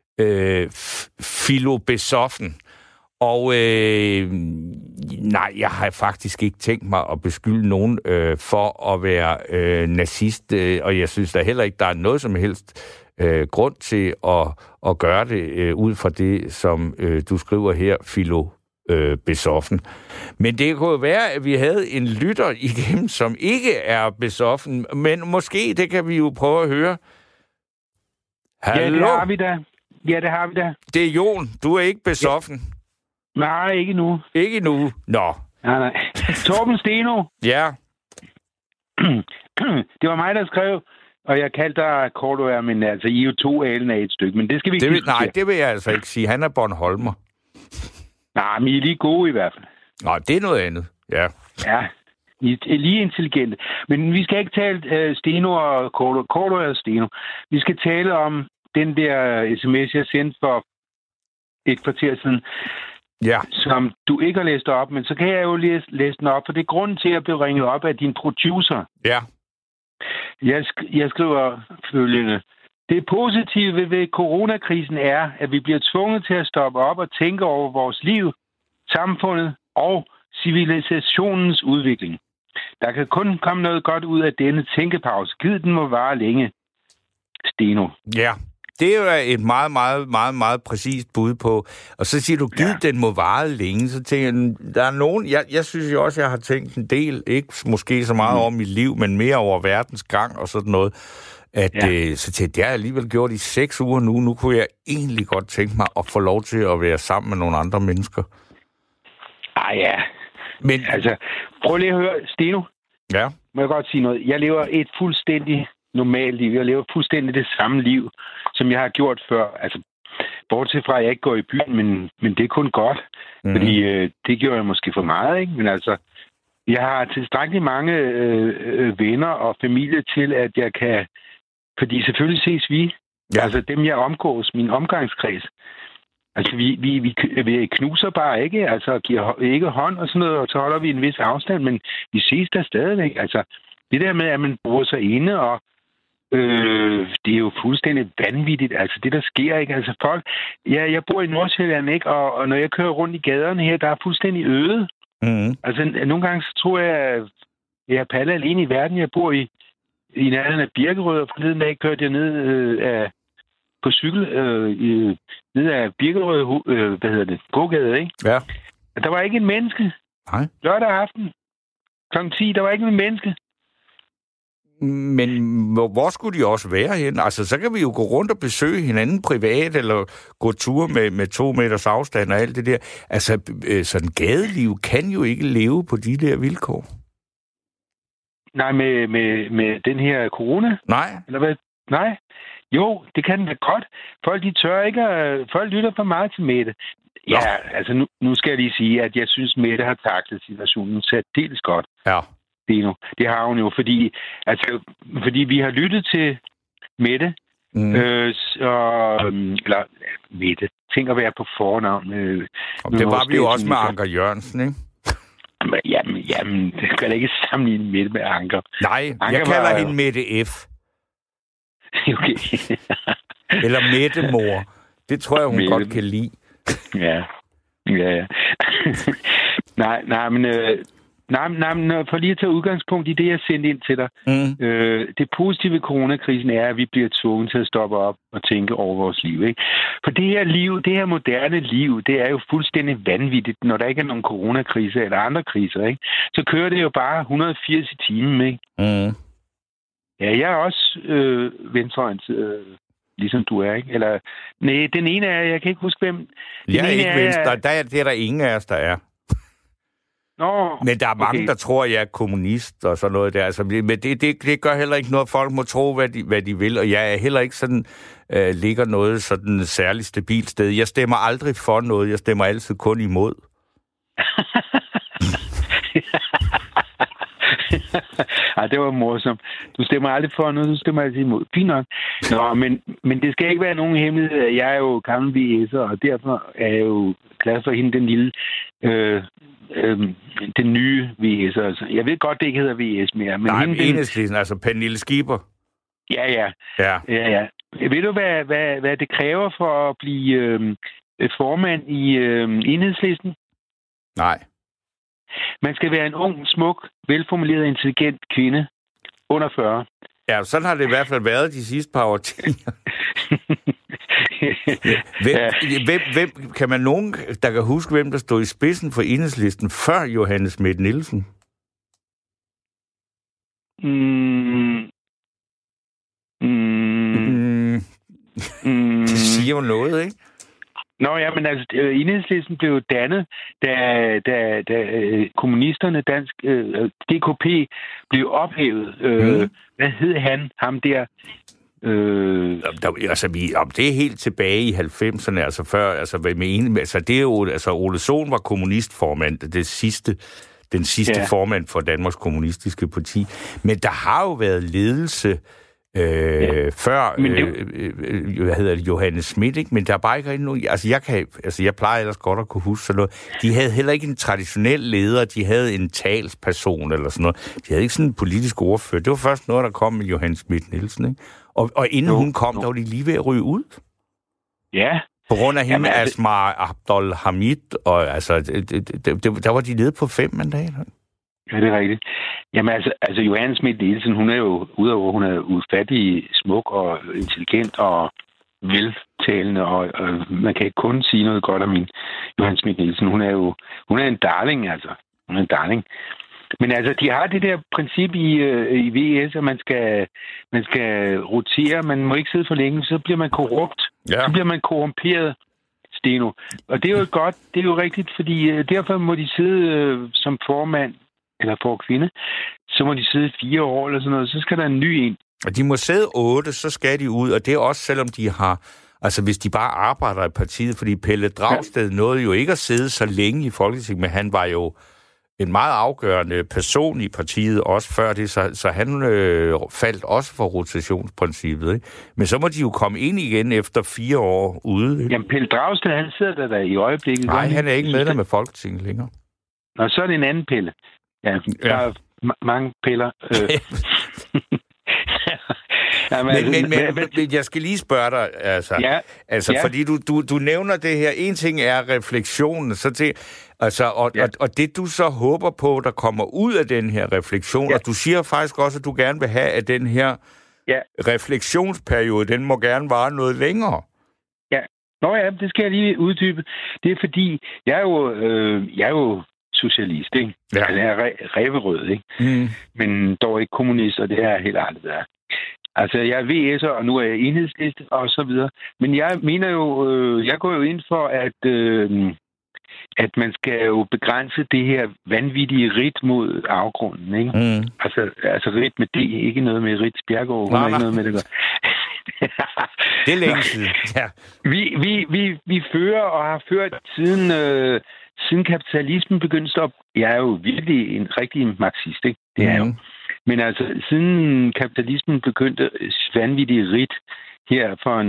Filobesoffen. Og nej, jeg har faktisk ikke tænkt mig at beskylde nogen for at være nazist. Og jeg synes da heller ikke, der er noget som helst grund til at gøre det ud fra det, som du skriver her, Filobesoffen. Men det kunne jo være, at vi havde en lytter igennem, som ikke er besoffen, men måske, det kan vi jo prøve at høre. Hallo? Ja, det har vi da. Det er Jon. Du er ikke besoffen. Ja. Nej, ikke nu. Ikke nu? Nå. Nej. Torben Steno. Ja. Det var mig, der skrev, og jeg kaldte dig Cordua, men altså, I er jo 2 alen af et stykke, men det skal vi ikke diskutere. Nej, det vil jeg altså ikke sige. Han er Bornholmer. Nej, men I er lige gode i hvert fald. Nej, det er noget andet. Ja. Ja, I er lige intelligente. Men vi skal ikke tale Steno og Cordua og Steno. Vi skal tale om den der sms, jeg sendte for et kvarter siden, som du ikke har læst op, men så kan jeg jo læse den op, for det er grunden til, at jeg blev ringet op af din producer. Ja. Jeg skriver følgende. Det positive ved coronakrisen er, at vi bliver tvunget til at stoppe op og tænke over vores liv, samfundet og civilisationens udvikling. Der kan kun komme noget godt ud af denne tænkepause. Gid den må vare længe. Steno. Ja, det er jo et meget, meget, meget, meget præcist bud på. Og så siger du, gid den må vare længe. Så tænker jeg, der er nogen... Jeg synes jo også, jeg har tænkt en del, ikke måske så meget over mit liv, men mere over verdens gang og sådan noget. Så tænkte jeg, har alligevel gjort i 6 uger nu. Nu kunne jeg egentlig godt tænke mig at få lov til at være sammen med nogle andre mennesker. Ja. Men altså, prøv lige at høre, Steno. Ja. Må jeg godt sige noget? Jeg lever et fuldstændig normalt liv. Jeg lever fuldstændig det samme liv, som jeg har gjort før. Altså, bortset fra, at jeg ikke går i byen, men det er kun godt. Fordi det gjorde jeg måske for meget, ikke? Men altså, jeg har tilstrækkeligt mange venner og familie til, at jeg kan... Fordi selvfølgelig ses vi. Ja. Altså dem, jeg omgås, min omgangskreds. Altså, vi knuser bare ikke, altså giver ikke hånd og sådan noget, og så holder vi en vis afstand, men vi ses der stadigvæk. Altså, det der med, at man bruger sig inde, og det er jo fuldstændig vanvittigt, altså det, der sker, ikke? Altså folk... Jeg bor i Nordsjælland, ikke? Og når jeg kører rundt i gaderne her, der er fuldstændig øde. Altså, nogle gange så tror jeg, at jeg er pallet alene i verden. Jeg bor i nærheden af Birkerød, og forleden dag kørte jeg ned på cykel, ned af Birkerød, gågade, ikke? Ja. Der var ikke en menneske. Nej. Lørdag aften, kl. 10, der var ikke en menneske. Men hvor skulle de også være hen? Altså, så kan vi jo gå rundt og besøge hinanden privat, eller gå tur med 2 meters afstand og alt det der. Altså, sådan gadeliv kan jo ikke leve på de der vilkår. Nej, med den her corona? Nej. Eller hvad? Nej. Jo, det kan den da godt. Folk, de tør ikke. Folk lytter for meget til Mette. Ja, altså nu skal jeg lige sige, at jeg synes, Mette har taklet situationen særdeles godt. Ja. Det har hun jo, fordi vi har lyttet til Mette, eller Mette, tænk at være på fornavn. Det var vi jo også med Anker Jørgensen, ikke? Jamen, det kan da ikke sammenligne Mette med Anker. Nej, Anker jeg kalder hende Mette F. Okay. Eller Mette Mor. Det tror jeg, hun Mette godt kan lide. Ja. Nej, men for lige at tage udgangspunkt i det, jeg sendte ind til dig. Det positive ved coronakrisen er, at vi bliver tvunget til at stoppe op og tænke over vores liv. Ikke? For det her moderne liv, det er jo fuldstændig vanvittigt, når der ikke er nogen coronakrise eller andre kriser. Ikke? Så kører det jo bare 180 i timen. Ikke? Ja, jeg er også venstreorienteret, ligesom du er, ikke? Eller, nej, den ene er, jeg kan ikke huske, hvem... Jeg er ikke venstre. Det er der ingen af os, der er. Men der er mange, der tror, jeg er kommunist og sådan noget der. Altså, men det gør heller ikke noget. Folk må tro, hvad de vil. Og jeg er heller ikke sådan, ligger noget sådan særligt stabilt sted. Jeg stemmer aldrig for noget. Jeg stemmer altid kun imod. Ej, det var morsomt. Du stemmer aldrig for noget, du stemmer altid imod. Fint nok. Nå, men det skal ikke være nogen hemmelighed. Jeg er jo gammel VS'er, og derfor er jeg jo glad for hende, den lille... den nye VS. Altså. Jeg ved godt, det ikke hedder VS mere. Men nej, Enhedslisten, altså Pernille Skipper. Ja. Ved du, hvad det kræver for at blive formand i Enhedslisten? Nej. Man skal være en ung, smuk, velformuleret, intelligent kvinde under 40. Ja, sådan har det i hvert fald været de sidste par årtier. Hvem kan man nogen, der kan huske, hvem der stod i spidsen for Enhedslisten før Johannes Schmidt Nielsen? Det siger jo noget, ikke? Nå ja, men altså, Enhedslisten blev dannet, da kommunisterne, DKP, blev ophævet. Hvad hed han? Ham der? Det er helt tilbage i 90'erne, altså før, altså det er jo, altså Ole Sohn var kommunistformand, den sidste formand for Danmarks Kommunistiske Parti. Men der har jo været ledelse før, Johannes Schmidt, ikke? Men der er bare ikke rigtig nogen... jeg plejer ellers godt at kunne huske sådan noget. De havde heller ikke en traditionel leder, de havde en talsperson eller sådan noget. De havde ikke sådan en politisk ordfører. Det var først noget, der kom med Johannes Schmidt Nielsen, ikke? Og inden hun kom, der var de lige ved at ryge ud. Ja. På grund af hende, Asmar Abdul Hamid, og altså, der var de nede på 5 mandater. Ja, det er rigtigt. Jamen altså Johannes Schmidt Nielsen, hun er jo, udover hun er ufattelig smuk og intelligent og veltalende, og man kan ikke kun sige noget godt om min Johannes Schmidt Nielsen. Hun er en darling, altså. Hun er en darling. Men altså, de har det der princip i VS, at man skal rotere, man må ikke sidde for længe, så bliver man korrupt. Ja. Så bliver man korrumperet, Steno. Og det er jo godt, det er jo rigtigt, fordi derfor må de sidde som formand, eller for kvinde, så må de sidde 4 år eller sådan noget, så skal der en ny en Og de må sidde 8, så skal de ud, og det er også selvom de har... Altså, hvis de bare arbejder i partiet, fordi Pelle Dragsted nåede jo ikke at sidde så længe i Folketinget, men han var jo en meget afgørende person i partiet, også før det, så han faldt også for rotationsprincippet, ikke? Men så må de jo komme ind igen efter 4 år ude, ikke? Jamen, Pelle Dragsted, han sidder der i øjeblikket. Nej, han er ikke medlem af Folketinget længere. Nå, så er det en anden Pelle. Ja, der er mange piller. Ja, men jeg skal lige spørge dig, fordi du nævner det her. En ting er refleksionen, så det, og det du så håber på, der kommer ud af den her refleksion, og du siger faktisk også, at du gerne vil have, at den her refleksionsperiode, den må gerne vare noget længere. Ja, det skal jeg lige uddybe. Det er fordi, jeg er jo socialist, ikke? Ja. Altså, jeg er ræverød, ikke? Mm. Men dog ikke kommunist, og det er helt aldrig der. Altså, jeg er VS'er, og nu er jeg enhedsliste, og så videre. Men jeg mener jo, jeg går jo ind for, at man skal jo begrænse det her vanvittige ridt mod afgrunden, ikke? Mm. Altså ridt med D, ikke noget med Ritz Bjergård, ikke noget med det gør. Det er længe siden, ja. Vi fører og har ført siden kapitalismen begyndte op. Jeg er jo virkelig en rigtig marxist, ikke? Det er jo. Men altså, siden kapitalismen begyndte vanvittigt ridt her for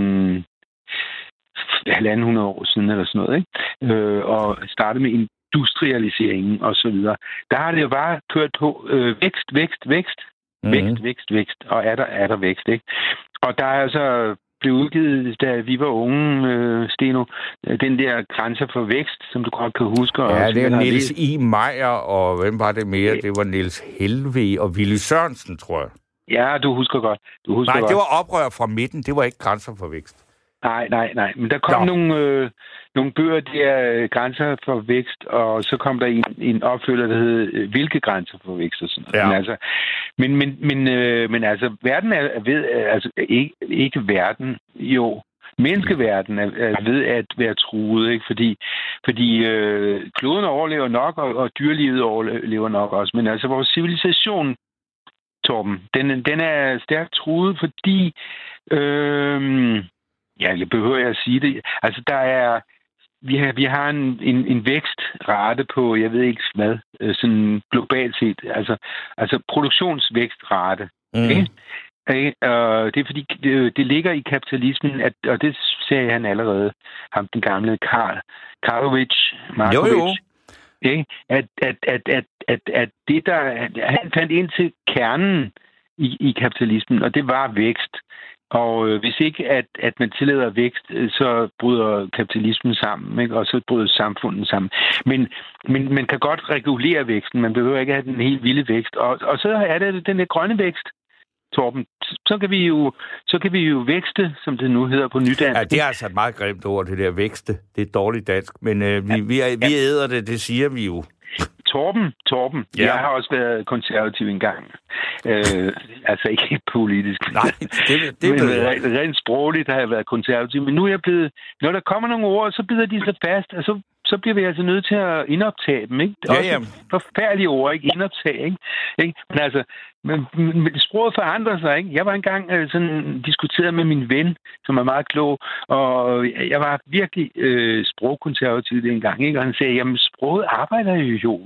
150 år siden eller sådan noget, ikke? Og startede med industrialiseringen og så videre. Der har det jo bare kørt på vækst. Vækst. Og er der vækst, ikke? Og der er altså blev udgivet, da vi var unge, Steno, den der Grænser for vækst, som du godt kan huske. Ja, det er Niels I. Meyer, og hvem var det mere? Det var Niels Helveg og Willy Sørensen, tror jeg. Ja, du husker godt. Nej, det var Oprør fra midten, det var ikke Grænser for vækst. Nej. Men der kom nogle bøger der, Grænser for vækst, og så kom der en opfølger, der hed Hvilke grænser for vækst og sådan noget. Ja. Men altså, verden er ved, altså ikke verden, jo. Menneskeverden er ved at være truet, ikke? Fordi kloden overlever nok, og dyrelivet overlever nok også. Men altså, vores civilisation, Torben, den er stærkt truet, fordi... jeg behøver at sige det. Altså, vi har en vækstrate på, jeg ved ikke hvad, sådan globalt set. Altså produktionsvækstrate. Okay? Det er fordi, det ligger i kapitalismen, og det sagde han allerede, ham den gamle Karlovich, Markovic. Okay? At det, han fandt ind til kernen i kapitalismen, og det var vækst. Og hvis ikke, at man tillader vækst, så bryder kapitalismen sammen, ikke? Og så bryder samfundet sammen. Men man kan godt regulere væksten. Man behøver ikke have den helt vilde vækst. Og så er det den der grønne vækst, Torben. Så kan vi jo vækste, som det nu hedder på nydansk. Ja, det er altså et meget grimt ord, det der vækste. Det er dårligt dansk, men vi æder det siger vi jo. Torben. Ja. Jeg har også været konservativ engang. Altså ikke politisk. Nej, det rent sprogligt har jeg været konservativ. Men nu er jeg blevet... Når der kommer nogle ord, så bider de sig fast, og så bliver vi altså nødt til at indoptage dem, ikke? Ja. Forfærdelige ord, ikke? Indoptage, ikke? Men altså, men sproget forandrer sig, ikke? Jeg var engang sådan diskuteret med min ven, som er meget klog, og jeg var virkelig sprogkonservativ dengang, ikke? Og han sagde, jamen, sproget arbejder jo.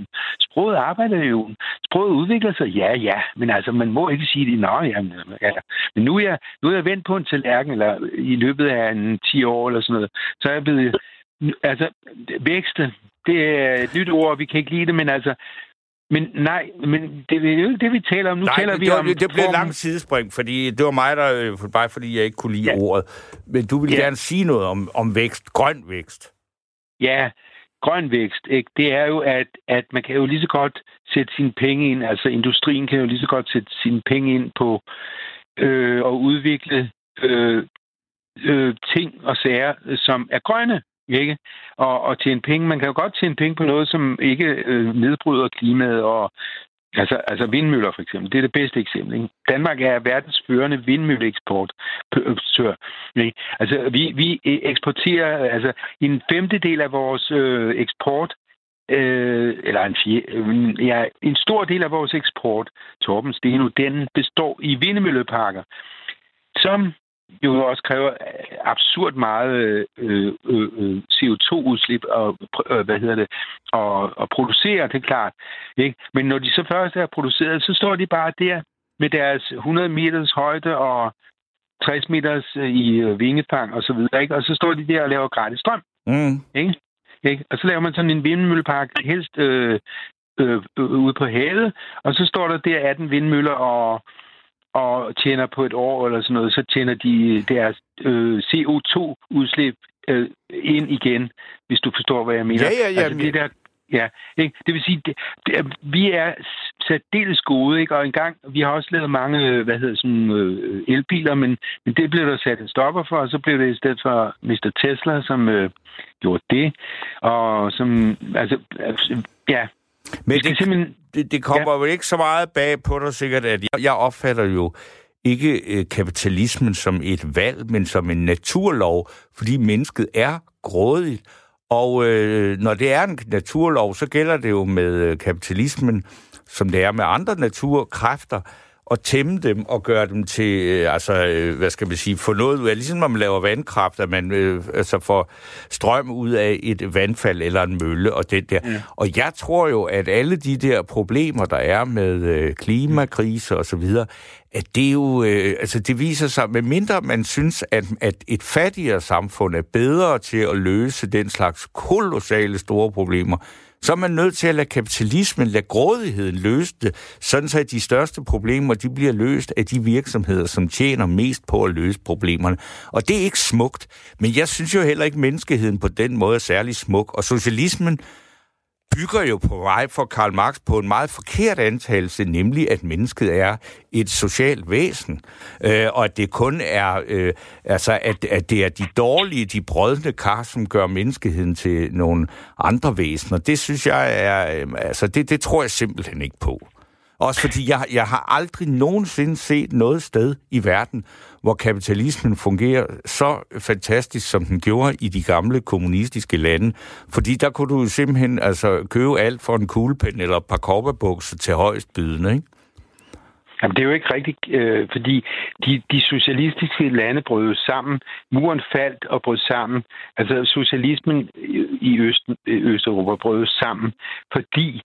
Sproget udvikler sig, ja, men altså, man må ikke sige det, men nu er jeg vendt på en tallerken, eller i løbet af 10 år, eller sådan noget, så er jeg blevet... Altså, vækste, det er et nyt ord, vi kan ikke lide det, men altså... Men det er jo ikke det, vi taler om. Nu taler vi om... Det blev et langt sidespring, fordi det var mig, der... Bare fordi jeg ikke kunne lide ordet. Men du vil gerne sige noget om vækst, grøn vækst. Ja, grøn vækst, ikke? Det er jo, at man kan jo lige så godt sætte sine penge ind, altså industrien kan jo lige så godt sætte sine penge ind på at udvikle ting og sager, som er grønne. Ikke? Og tjene penge. Man kan jo godt tjene penge på noget, som ikke nedbryder klimaet. Og, altså vindmøller for eksempel. Det er det bedste eksempel. Ikke? Danmark er verdens førende vindmølleeksportør. Altså vi eksporterer en femtedel af vores eksport en stor del af vores eksport, Torben Steno, den består i vindmølleparker, som jo også kræver absurd meget CO2-udslip og producere, det er klart. Ikke? Men når de så først er produceret, så står de bare der med deres 100 meters højde og 60 meters i vingefang og så videre, ikke? Og så står de der og laver gratis strøm. Ikke? Ikke? Og så laver man sådan en vindmøllepark, helst ude på havet, og så står der 18 vindmøller og tjener på et år eller sådan noget, så tjener de deres CO2-udslip ind igen, hvis du forstår, hvad jeg mener. Ja. Altså, det der, ja, ikke? Det vil sige, vi er særdeles gode, ikke? Og engang, vi har også lavet mange, elbiler, men det blev der sat en stopper for, og så blev det i stedet for Mr. Tesla, som gjorde det, og som, ja. Men det kommer jo ikke så meget bag på dig sikkert, at jeg opfatter jo ikke kapitalismen som et valg, men som en naturlov, fordi mennesket er grådigt. Og når det er en naturlov, så gælder det jo med kapitalismen, som det er med andre naturkræfter, at tæmme dem og gøre dem til, få noget ud af, ligesom når man laver vandkraft, at man får strøm ud af et vandfald eller en mølle og det der. Ja. Og jeg tror jo, at alle de der problemer, der er med klimakrise og så videre, at det jo, det viser sig, medmindre man synes, at et fattigere samfund er bedre til at løse den slags kolossale store problemer, så er man nødt til at lade kapitalismen, lade grådigheden løse det, sådan så at de største problemer, de bliver løst af de virksomheder, som tjener mest på at løse problemerne. Og det er ikke smukt, men jeg synes jo heller ikke, menneskeheden på den måde er særlig smuk. Og socialismen bygger jo på vej for Karl Marx på en meget forkert antagelse, nemlig at mennesket er et socialt væsen, og at det kun er, at det er de dårlige, de brødne kar, som gør menneskeheden til nogle andre væsener. Det synes jeg er, det tror jeg simpelthen ikke på. Også fordi jeg har aldrig nogensinde set noget sted i verden, hvor kapitalismen fungerer så fantastisk, som den gjorde i de gamle kommunistiske lande. Fordi der kunne du simpelthen købe alt for en kuglepen eller et par korperbukser til højst bydende, ikke? Jamen, det er jo ikke rigtigt, fordi de socialistiske lande brød sammen. Muren faldt og brød sammen. Altså, socialismen i Østeuropa brød sammen, fordi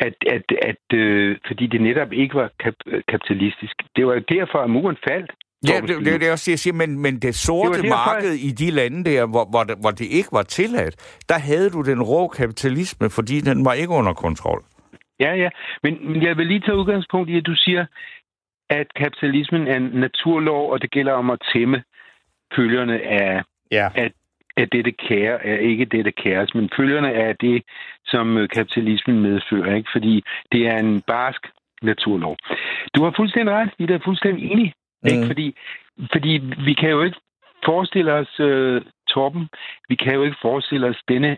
fordi det netop ikke var kapitalistisk. Det var jo derfor, at muren faldt. Ja, det er det også, jeg siger, men det sorte marked i de lande der, hvor det ikke var tilladt, der havde du den rå kapitalisme, fordi den var ikke under kontrol. Ja, men jeg vil lige tage udgangspunkt i, at du siger, at kapitalismen er en naturlov, og det gælder om at tæmme følgerne af det kære, er ikke det kæres, men følgerne af det, som kapitalismen medfører, ikke? Fordi det er en barsk naturlov. Du har fuldstændig ret, vi er fuldstændig enige, ikke? Fordi vi kan jo ikke forestille os, Torben, vi kan jo ikke forestille os denne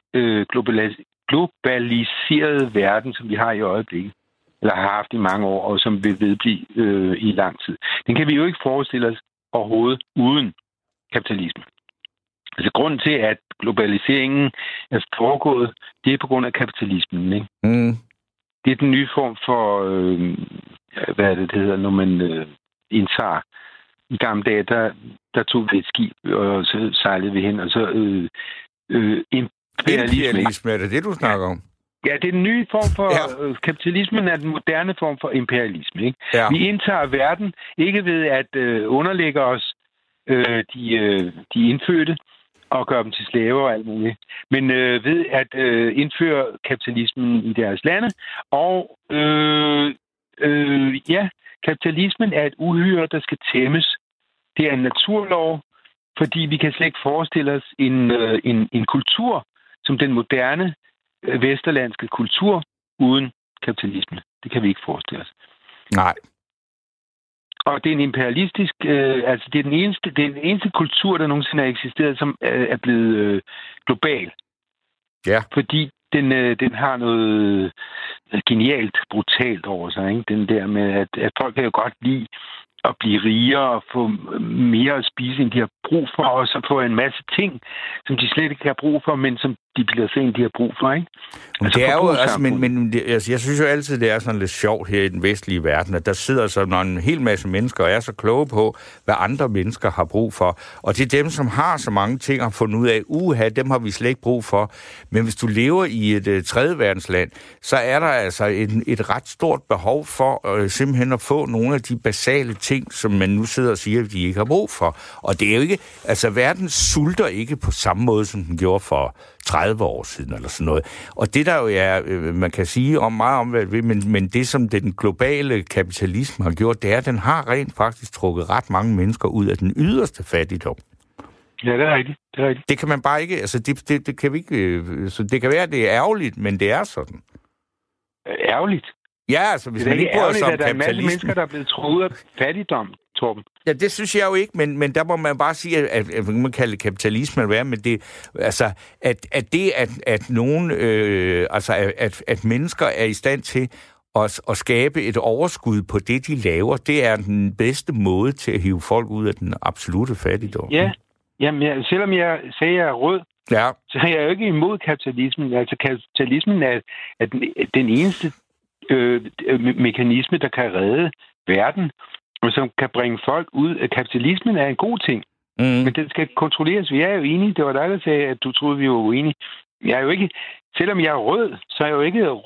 globaliserede verden, som vi har i øjeblikket, eller har haft i mange år, og som vil vedblive i lang tid. Den kan vi jo ikke forestille os overhovedet uden kapitalismen. Altså grunden til, at globaliseringen er foregået, det er på grund af kapitalismen, ikke? Det er den nye form for, hvad er det hedder, når man indtager. I gamle dage, der tog vi et skib, og så sejlede vi hen, og så imperialisme, er det du snakker om? Ja, det er den nye form for... Kapitalismen er den moderne form for imperialisme, ikke? Ja. Vi indtager verden, ikke ved at underlægge os de indfødte, og gøre dem til slaver og alt muligt. Men ved at indføre kapitalismen i deres lande. Og kapitalismen er et uhyre, der skal tæmmes. Det er en naturlov, fordi vi kan slet ikke forestille os en kultur, som den moderne vesterlandske kultur, uden kapitalisme. Det kan vi ikke forestille os. Nej. Og det er en imperialistisk, det er den eneste kultur, der nogensinde har eksisteret, som er blevet global. Ja. Fordi den har noget genialt, brutalt over sig, ikke? Den der med, at folk kan jo godt lide at blive rigere og få mere at spise, end de har brug for, og så få en masse ting, som de slet ikke har brug for, men som de bliver sent, de har brug for, ikke? Altså, det er jo, altså, men altså, jeg synes jo altid, det er sådan lidt sjovt her i den vestlige verden, at der sidder sådan en hel masse mennesker og er så kloge på, hvad andre mennesker har brug for. Og det er dem, som har så mange ting at fundet ud af, dem har vi slet ikke brug for. Men hvis du lever i et tredje verdensland, så er der altså et ret stort behov for simpelthen at få nogle af de basale ting, som man nu sidder og siger, at de ikke har brug for. Og det er jo ikke, altså verden sulter ikke på samme måde, som den gjorde for 30 år siden, eller sådan noget. Og det der jo er, man kan sige meget om, hvad det vil, men det, som den globale kapitalisme har gjort, det er, at den har rent faktisk trukket ret mange mennesker ud af den yderste fattigdom. Ja, det er rigtigt. Det kan man bare ikke, altså det kan vi ikke, så det kan være, at det er ærgerligt, men det er sådan. Ærgerligt? Ja, altså hvis man ikke bryder sig om kapitalisme. Der er en masse mennesker, der er blevet troet ud af fattigdom, Torben. Ja, det synes jeg jo ikke, men der må man bare sige, at man kalder det kapitalisme eller hvad, men det, altså, at nogen, at mennesker er i stand til at skabe et overskud på det, de laver, det er den bedste måde til at hive folk ud af den absolute fattigdom. Ja, jamen, selvom jeg sagde, at jeg er rød, så er jeg jo ikke imod kapitalismen. Altså, kapitalismen er den eneste mekanisme, der kan redde verden, og som kan bringe folk ud. Kapitalismen er en god ting, men den skal kontrolleres. Vi er jo enige. Det var dig, der sagde, at du troede, vi var uenige. Jeg er jo ikke, selvom jeg er rød, så er jeg jo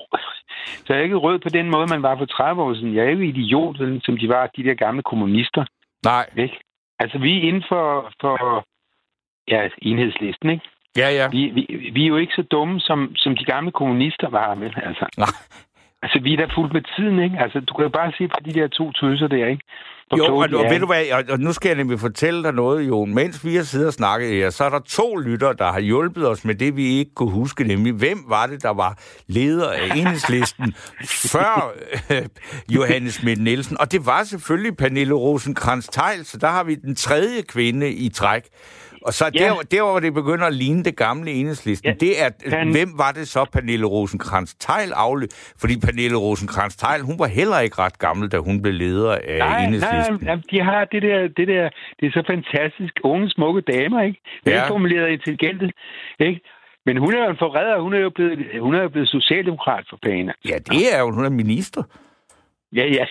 ikke rød på den måde, man var for 30 år siden. Jeg er jo idiot, som de var, de der gamle kommunister. Nej. Ikke? Altså, vi er inden for Enhedslisten, ikke? Ja. Vi er jo ikke så dumme, som de gamle kommunister var, vel? Altså. Nej. Altså, vi er da fuldt med tiden, ikke? Altså, du kan jo bare se på de der to tøser der, ikke? Jo, og ved du hvad, og nu skal jeg nemlig fortælle dig noget, Jon. Mens vi har siddet og snakket her, så er der 2 lyttere, der har hjulpet os med det, vi ikke kunne huske, nemlig hvem var det, der var leder af Enhedslisten før Johannes Schmidt-Nielsen? Og det var selvfølgelig Pernille Rosenkrantz-Theil, så der har vi den 3. kvinde i træk. Og så der hvor det begynder at ligne det gamle Enhedslisten, det er, hvem var det så, Pernille Rosenkrantz-Theil Fordi Pernille Rosenkrantz-Theil, hun var heller ikke ret gammel, da hun blev leder af Enhedslisten. Nej, de har det der, det er så fantastisk unge, smukke damer, ikke? Velformuleret intelligente, ikke? Men hun er jo en forræder, hun er jo blevet socialdemokrat for pæne. Ja, det er jo, hun er minister. Ja.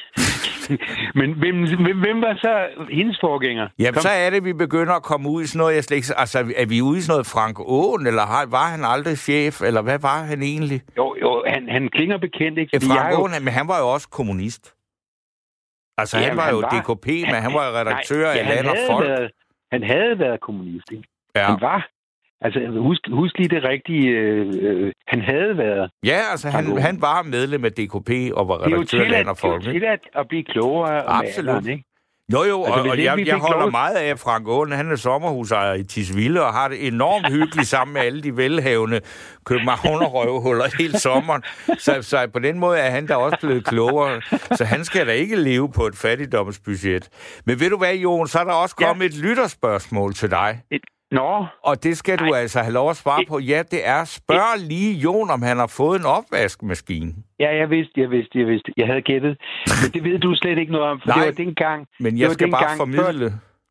Men hvem var så hendes forgænger? Jamen, så er det, vi begynder at komme ud i sådan noget, altså, er vi ude i sådan noget Frank Aaen, eller var han aldrig chef, eller hvad var han egentlig? Jo, han klinger bekendt, ikke? Frank Aaen, men han var jo også kommunist. Altså, han var jo DKP, men han var jo redaktør af Land og Folk. Han havde været kommunist, ikke? Ja. Han var. Altså, husk lige det rigtige. Han havde været. Ja, altså, han var medlem af DKP og var redaktør af Land og Folk. Det er jo tilladt at blive klogere. Absolut. Ikke? Jo, altså, og jeg holder meget af Frank Aaen. Han er sommerhusejer i Tisvilde og har det enormt hyggeligt sammen med alle de velhavende københavnerrøvhuller hele sommeren. Så på den måde er han da også blevet klogere. Så han skal da ikke leve på et fattigdomsbudget. Men ved du hvad, Jon, så er der også kommet et lytterspørgsmål til dig. Nå. Og det skal du altså have lov at svare på. Ja, det er. Spørg lige Jon, om han har fået en opvaskemaskine. Ja, jeg vidste. Jeg havde gættet. Men det ved du slet ikke noget om, for Nej, det var dengang... men jeg skal bare formidle.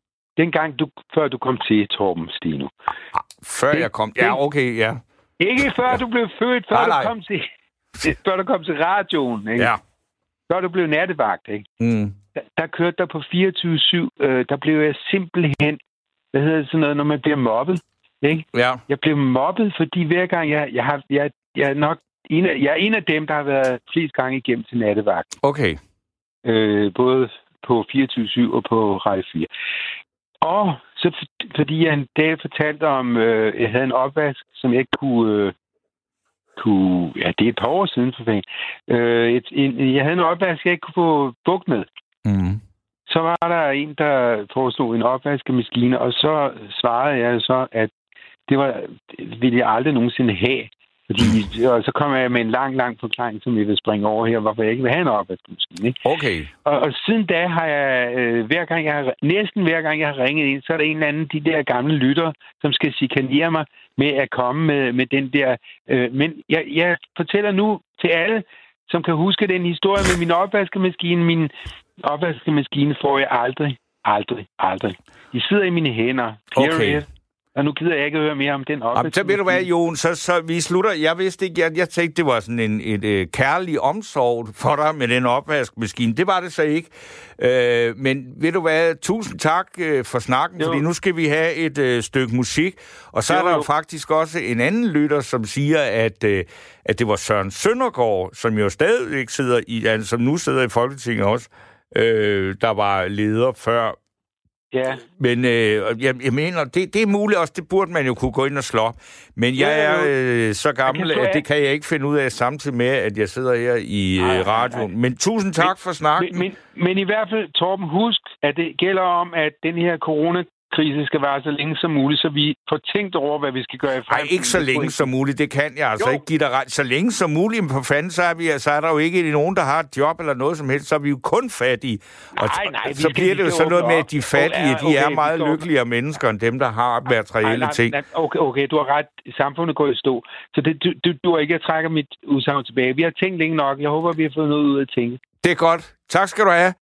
Før du kom til, Torben Steno. Jeg kom... Ja, okay, ja. Ikke før du blev født, før du kom til radioen, ikke? Ja. Før du blev nattevagt, ikke? Mm. Der kørte der på 24/7, der blev jeg simpelthen... Hvad hedder det sådan noget, når man bliver mobbet, ikke? Ja. Jeg blev mobbet, fordi hver gang jeg er en af dem, der har været flest gange igennem til nattevagt. Okay. Både på 24/7 og på Radio 4. Og så fordi jeg en dag fortalte om, jeg havde en opvask, som jeg ikke kunne det er et par år siden for fanden. Jeg havde en opvask, jeg ikke kunne få bugt med. Mm. Så var der en, der foreslog en opvaskemaskine, og så svarede jeg så, at det ville jeg aldrig nogensinde have. Og så kom jeg med en lang forklaring, som jeg vil springe over her, hvorfor jeg ikke vil have en opvaskemaskine. Ikke? Okay. Og siden da har jeg, næsten hver gang jeg har ringet ind, så er der en eller anden de der gamle lytter, som skal chikanere mig med at komme med den der. Men jeg fortæller nu til alle, som kan huske den historie med min opvaskemaskine, Opvaskemaskine får jeg aldrig. De sidder i mine hænder. Okay. Og nu gider jeg ikke høre mere om den opvaskemaskine. Så ved du hvad, Jon, så vi slutter. Jeg vidste ikke, jeg tænkte, det var sådan et kærlig omsorg for dig med den opvaskemaskine. Det var det så ikke. Men ved du hvad, tusind tak for snakken, fordi nu skal vi have et stykke musik. Og så er der jo faktisk også en anden lytter, som siger, at det var Søren Søndergaard, som jo stadig sidder som nu sidder i Folketinget også, der var leder før. Ja. Men jeg mener, det er muligt også, det burde man jo kunne gå ind og slå. Men jeg er så gammel, at det kan jeg ikke finde ud af, samtidig med, at jeg sidder her i radioen. Men tusind tak for snakken. Men i hvert fald, Torben, husk, at det gælder om, at den her coronakrise skal være så længe som muligt, så vi får tænkt over, hvad vi skal gøre i fremtiden. Nej, ikke så længe som muligt. Det kan jeg altså ikke give dig ret. Så længe som muligt, på fanden, så er der jo ikke nogen, der har et job eller noget som helst. Så er vi jo kun fattige. Og nej, så bliver det jo sådan noget med, at de fattige, de er meget lykkeligere mennesker, end dem, der har materielle ting. Okay, du har ret. Samfundet går i stå. Så du ikke, jeg trækker mit udsagn tilbage. Vi har tænkt længe nok. Jeg håber, vi har fået noget ud af at tænke. Det er godt. Tak skal du have.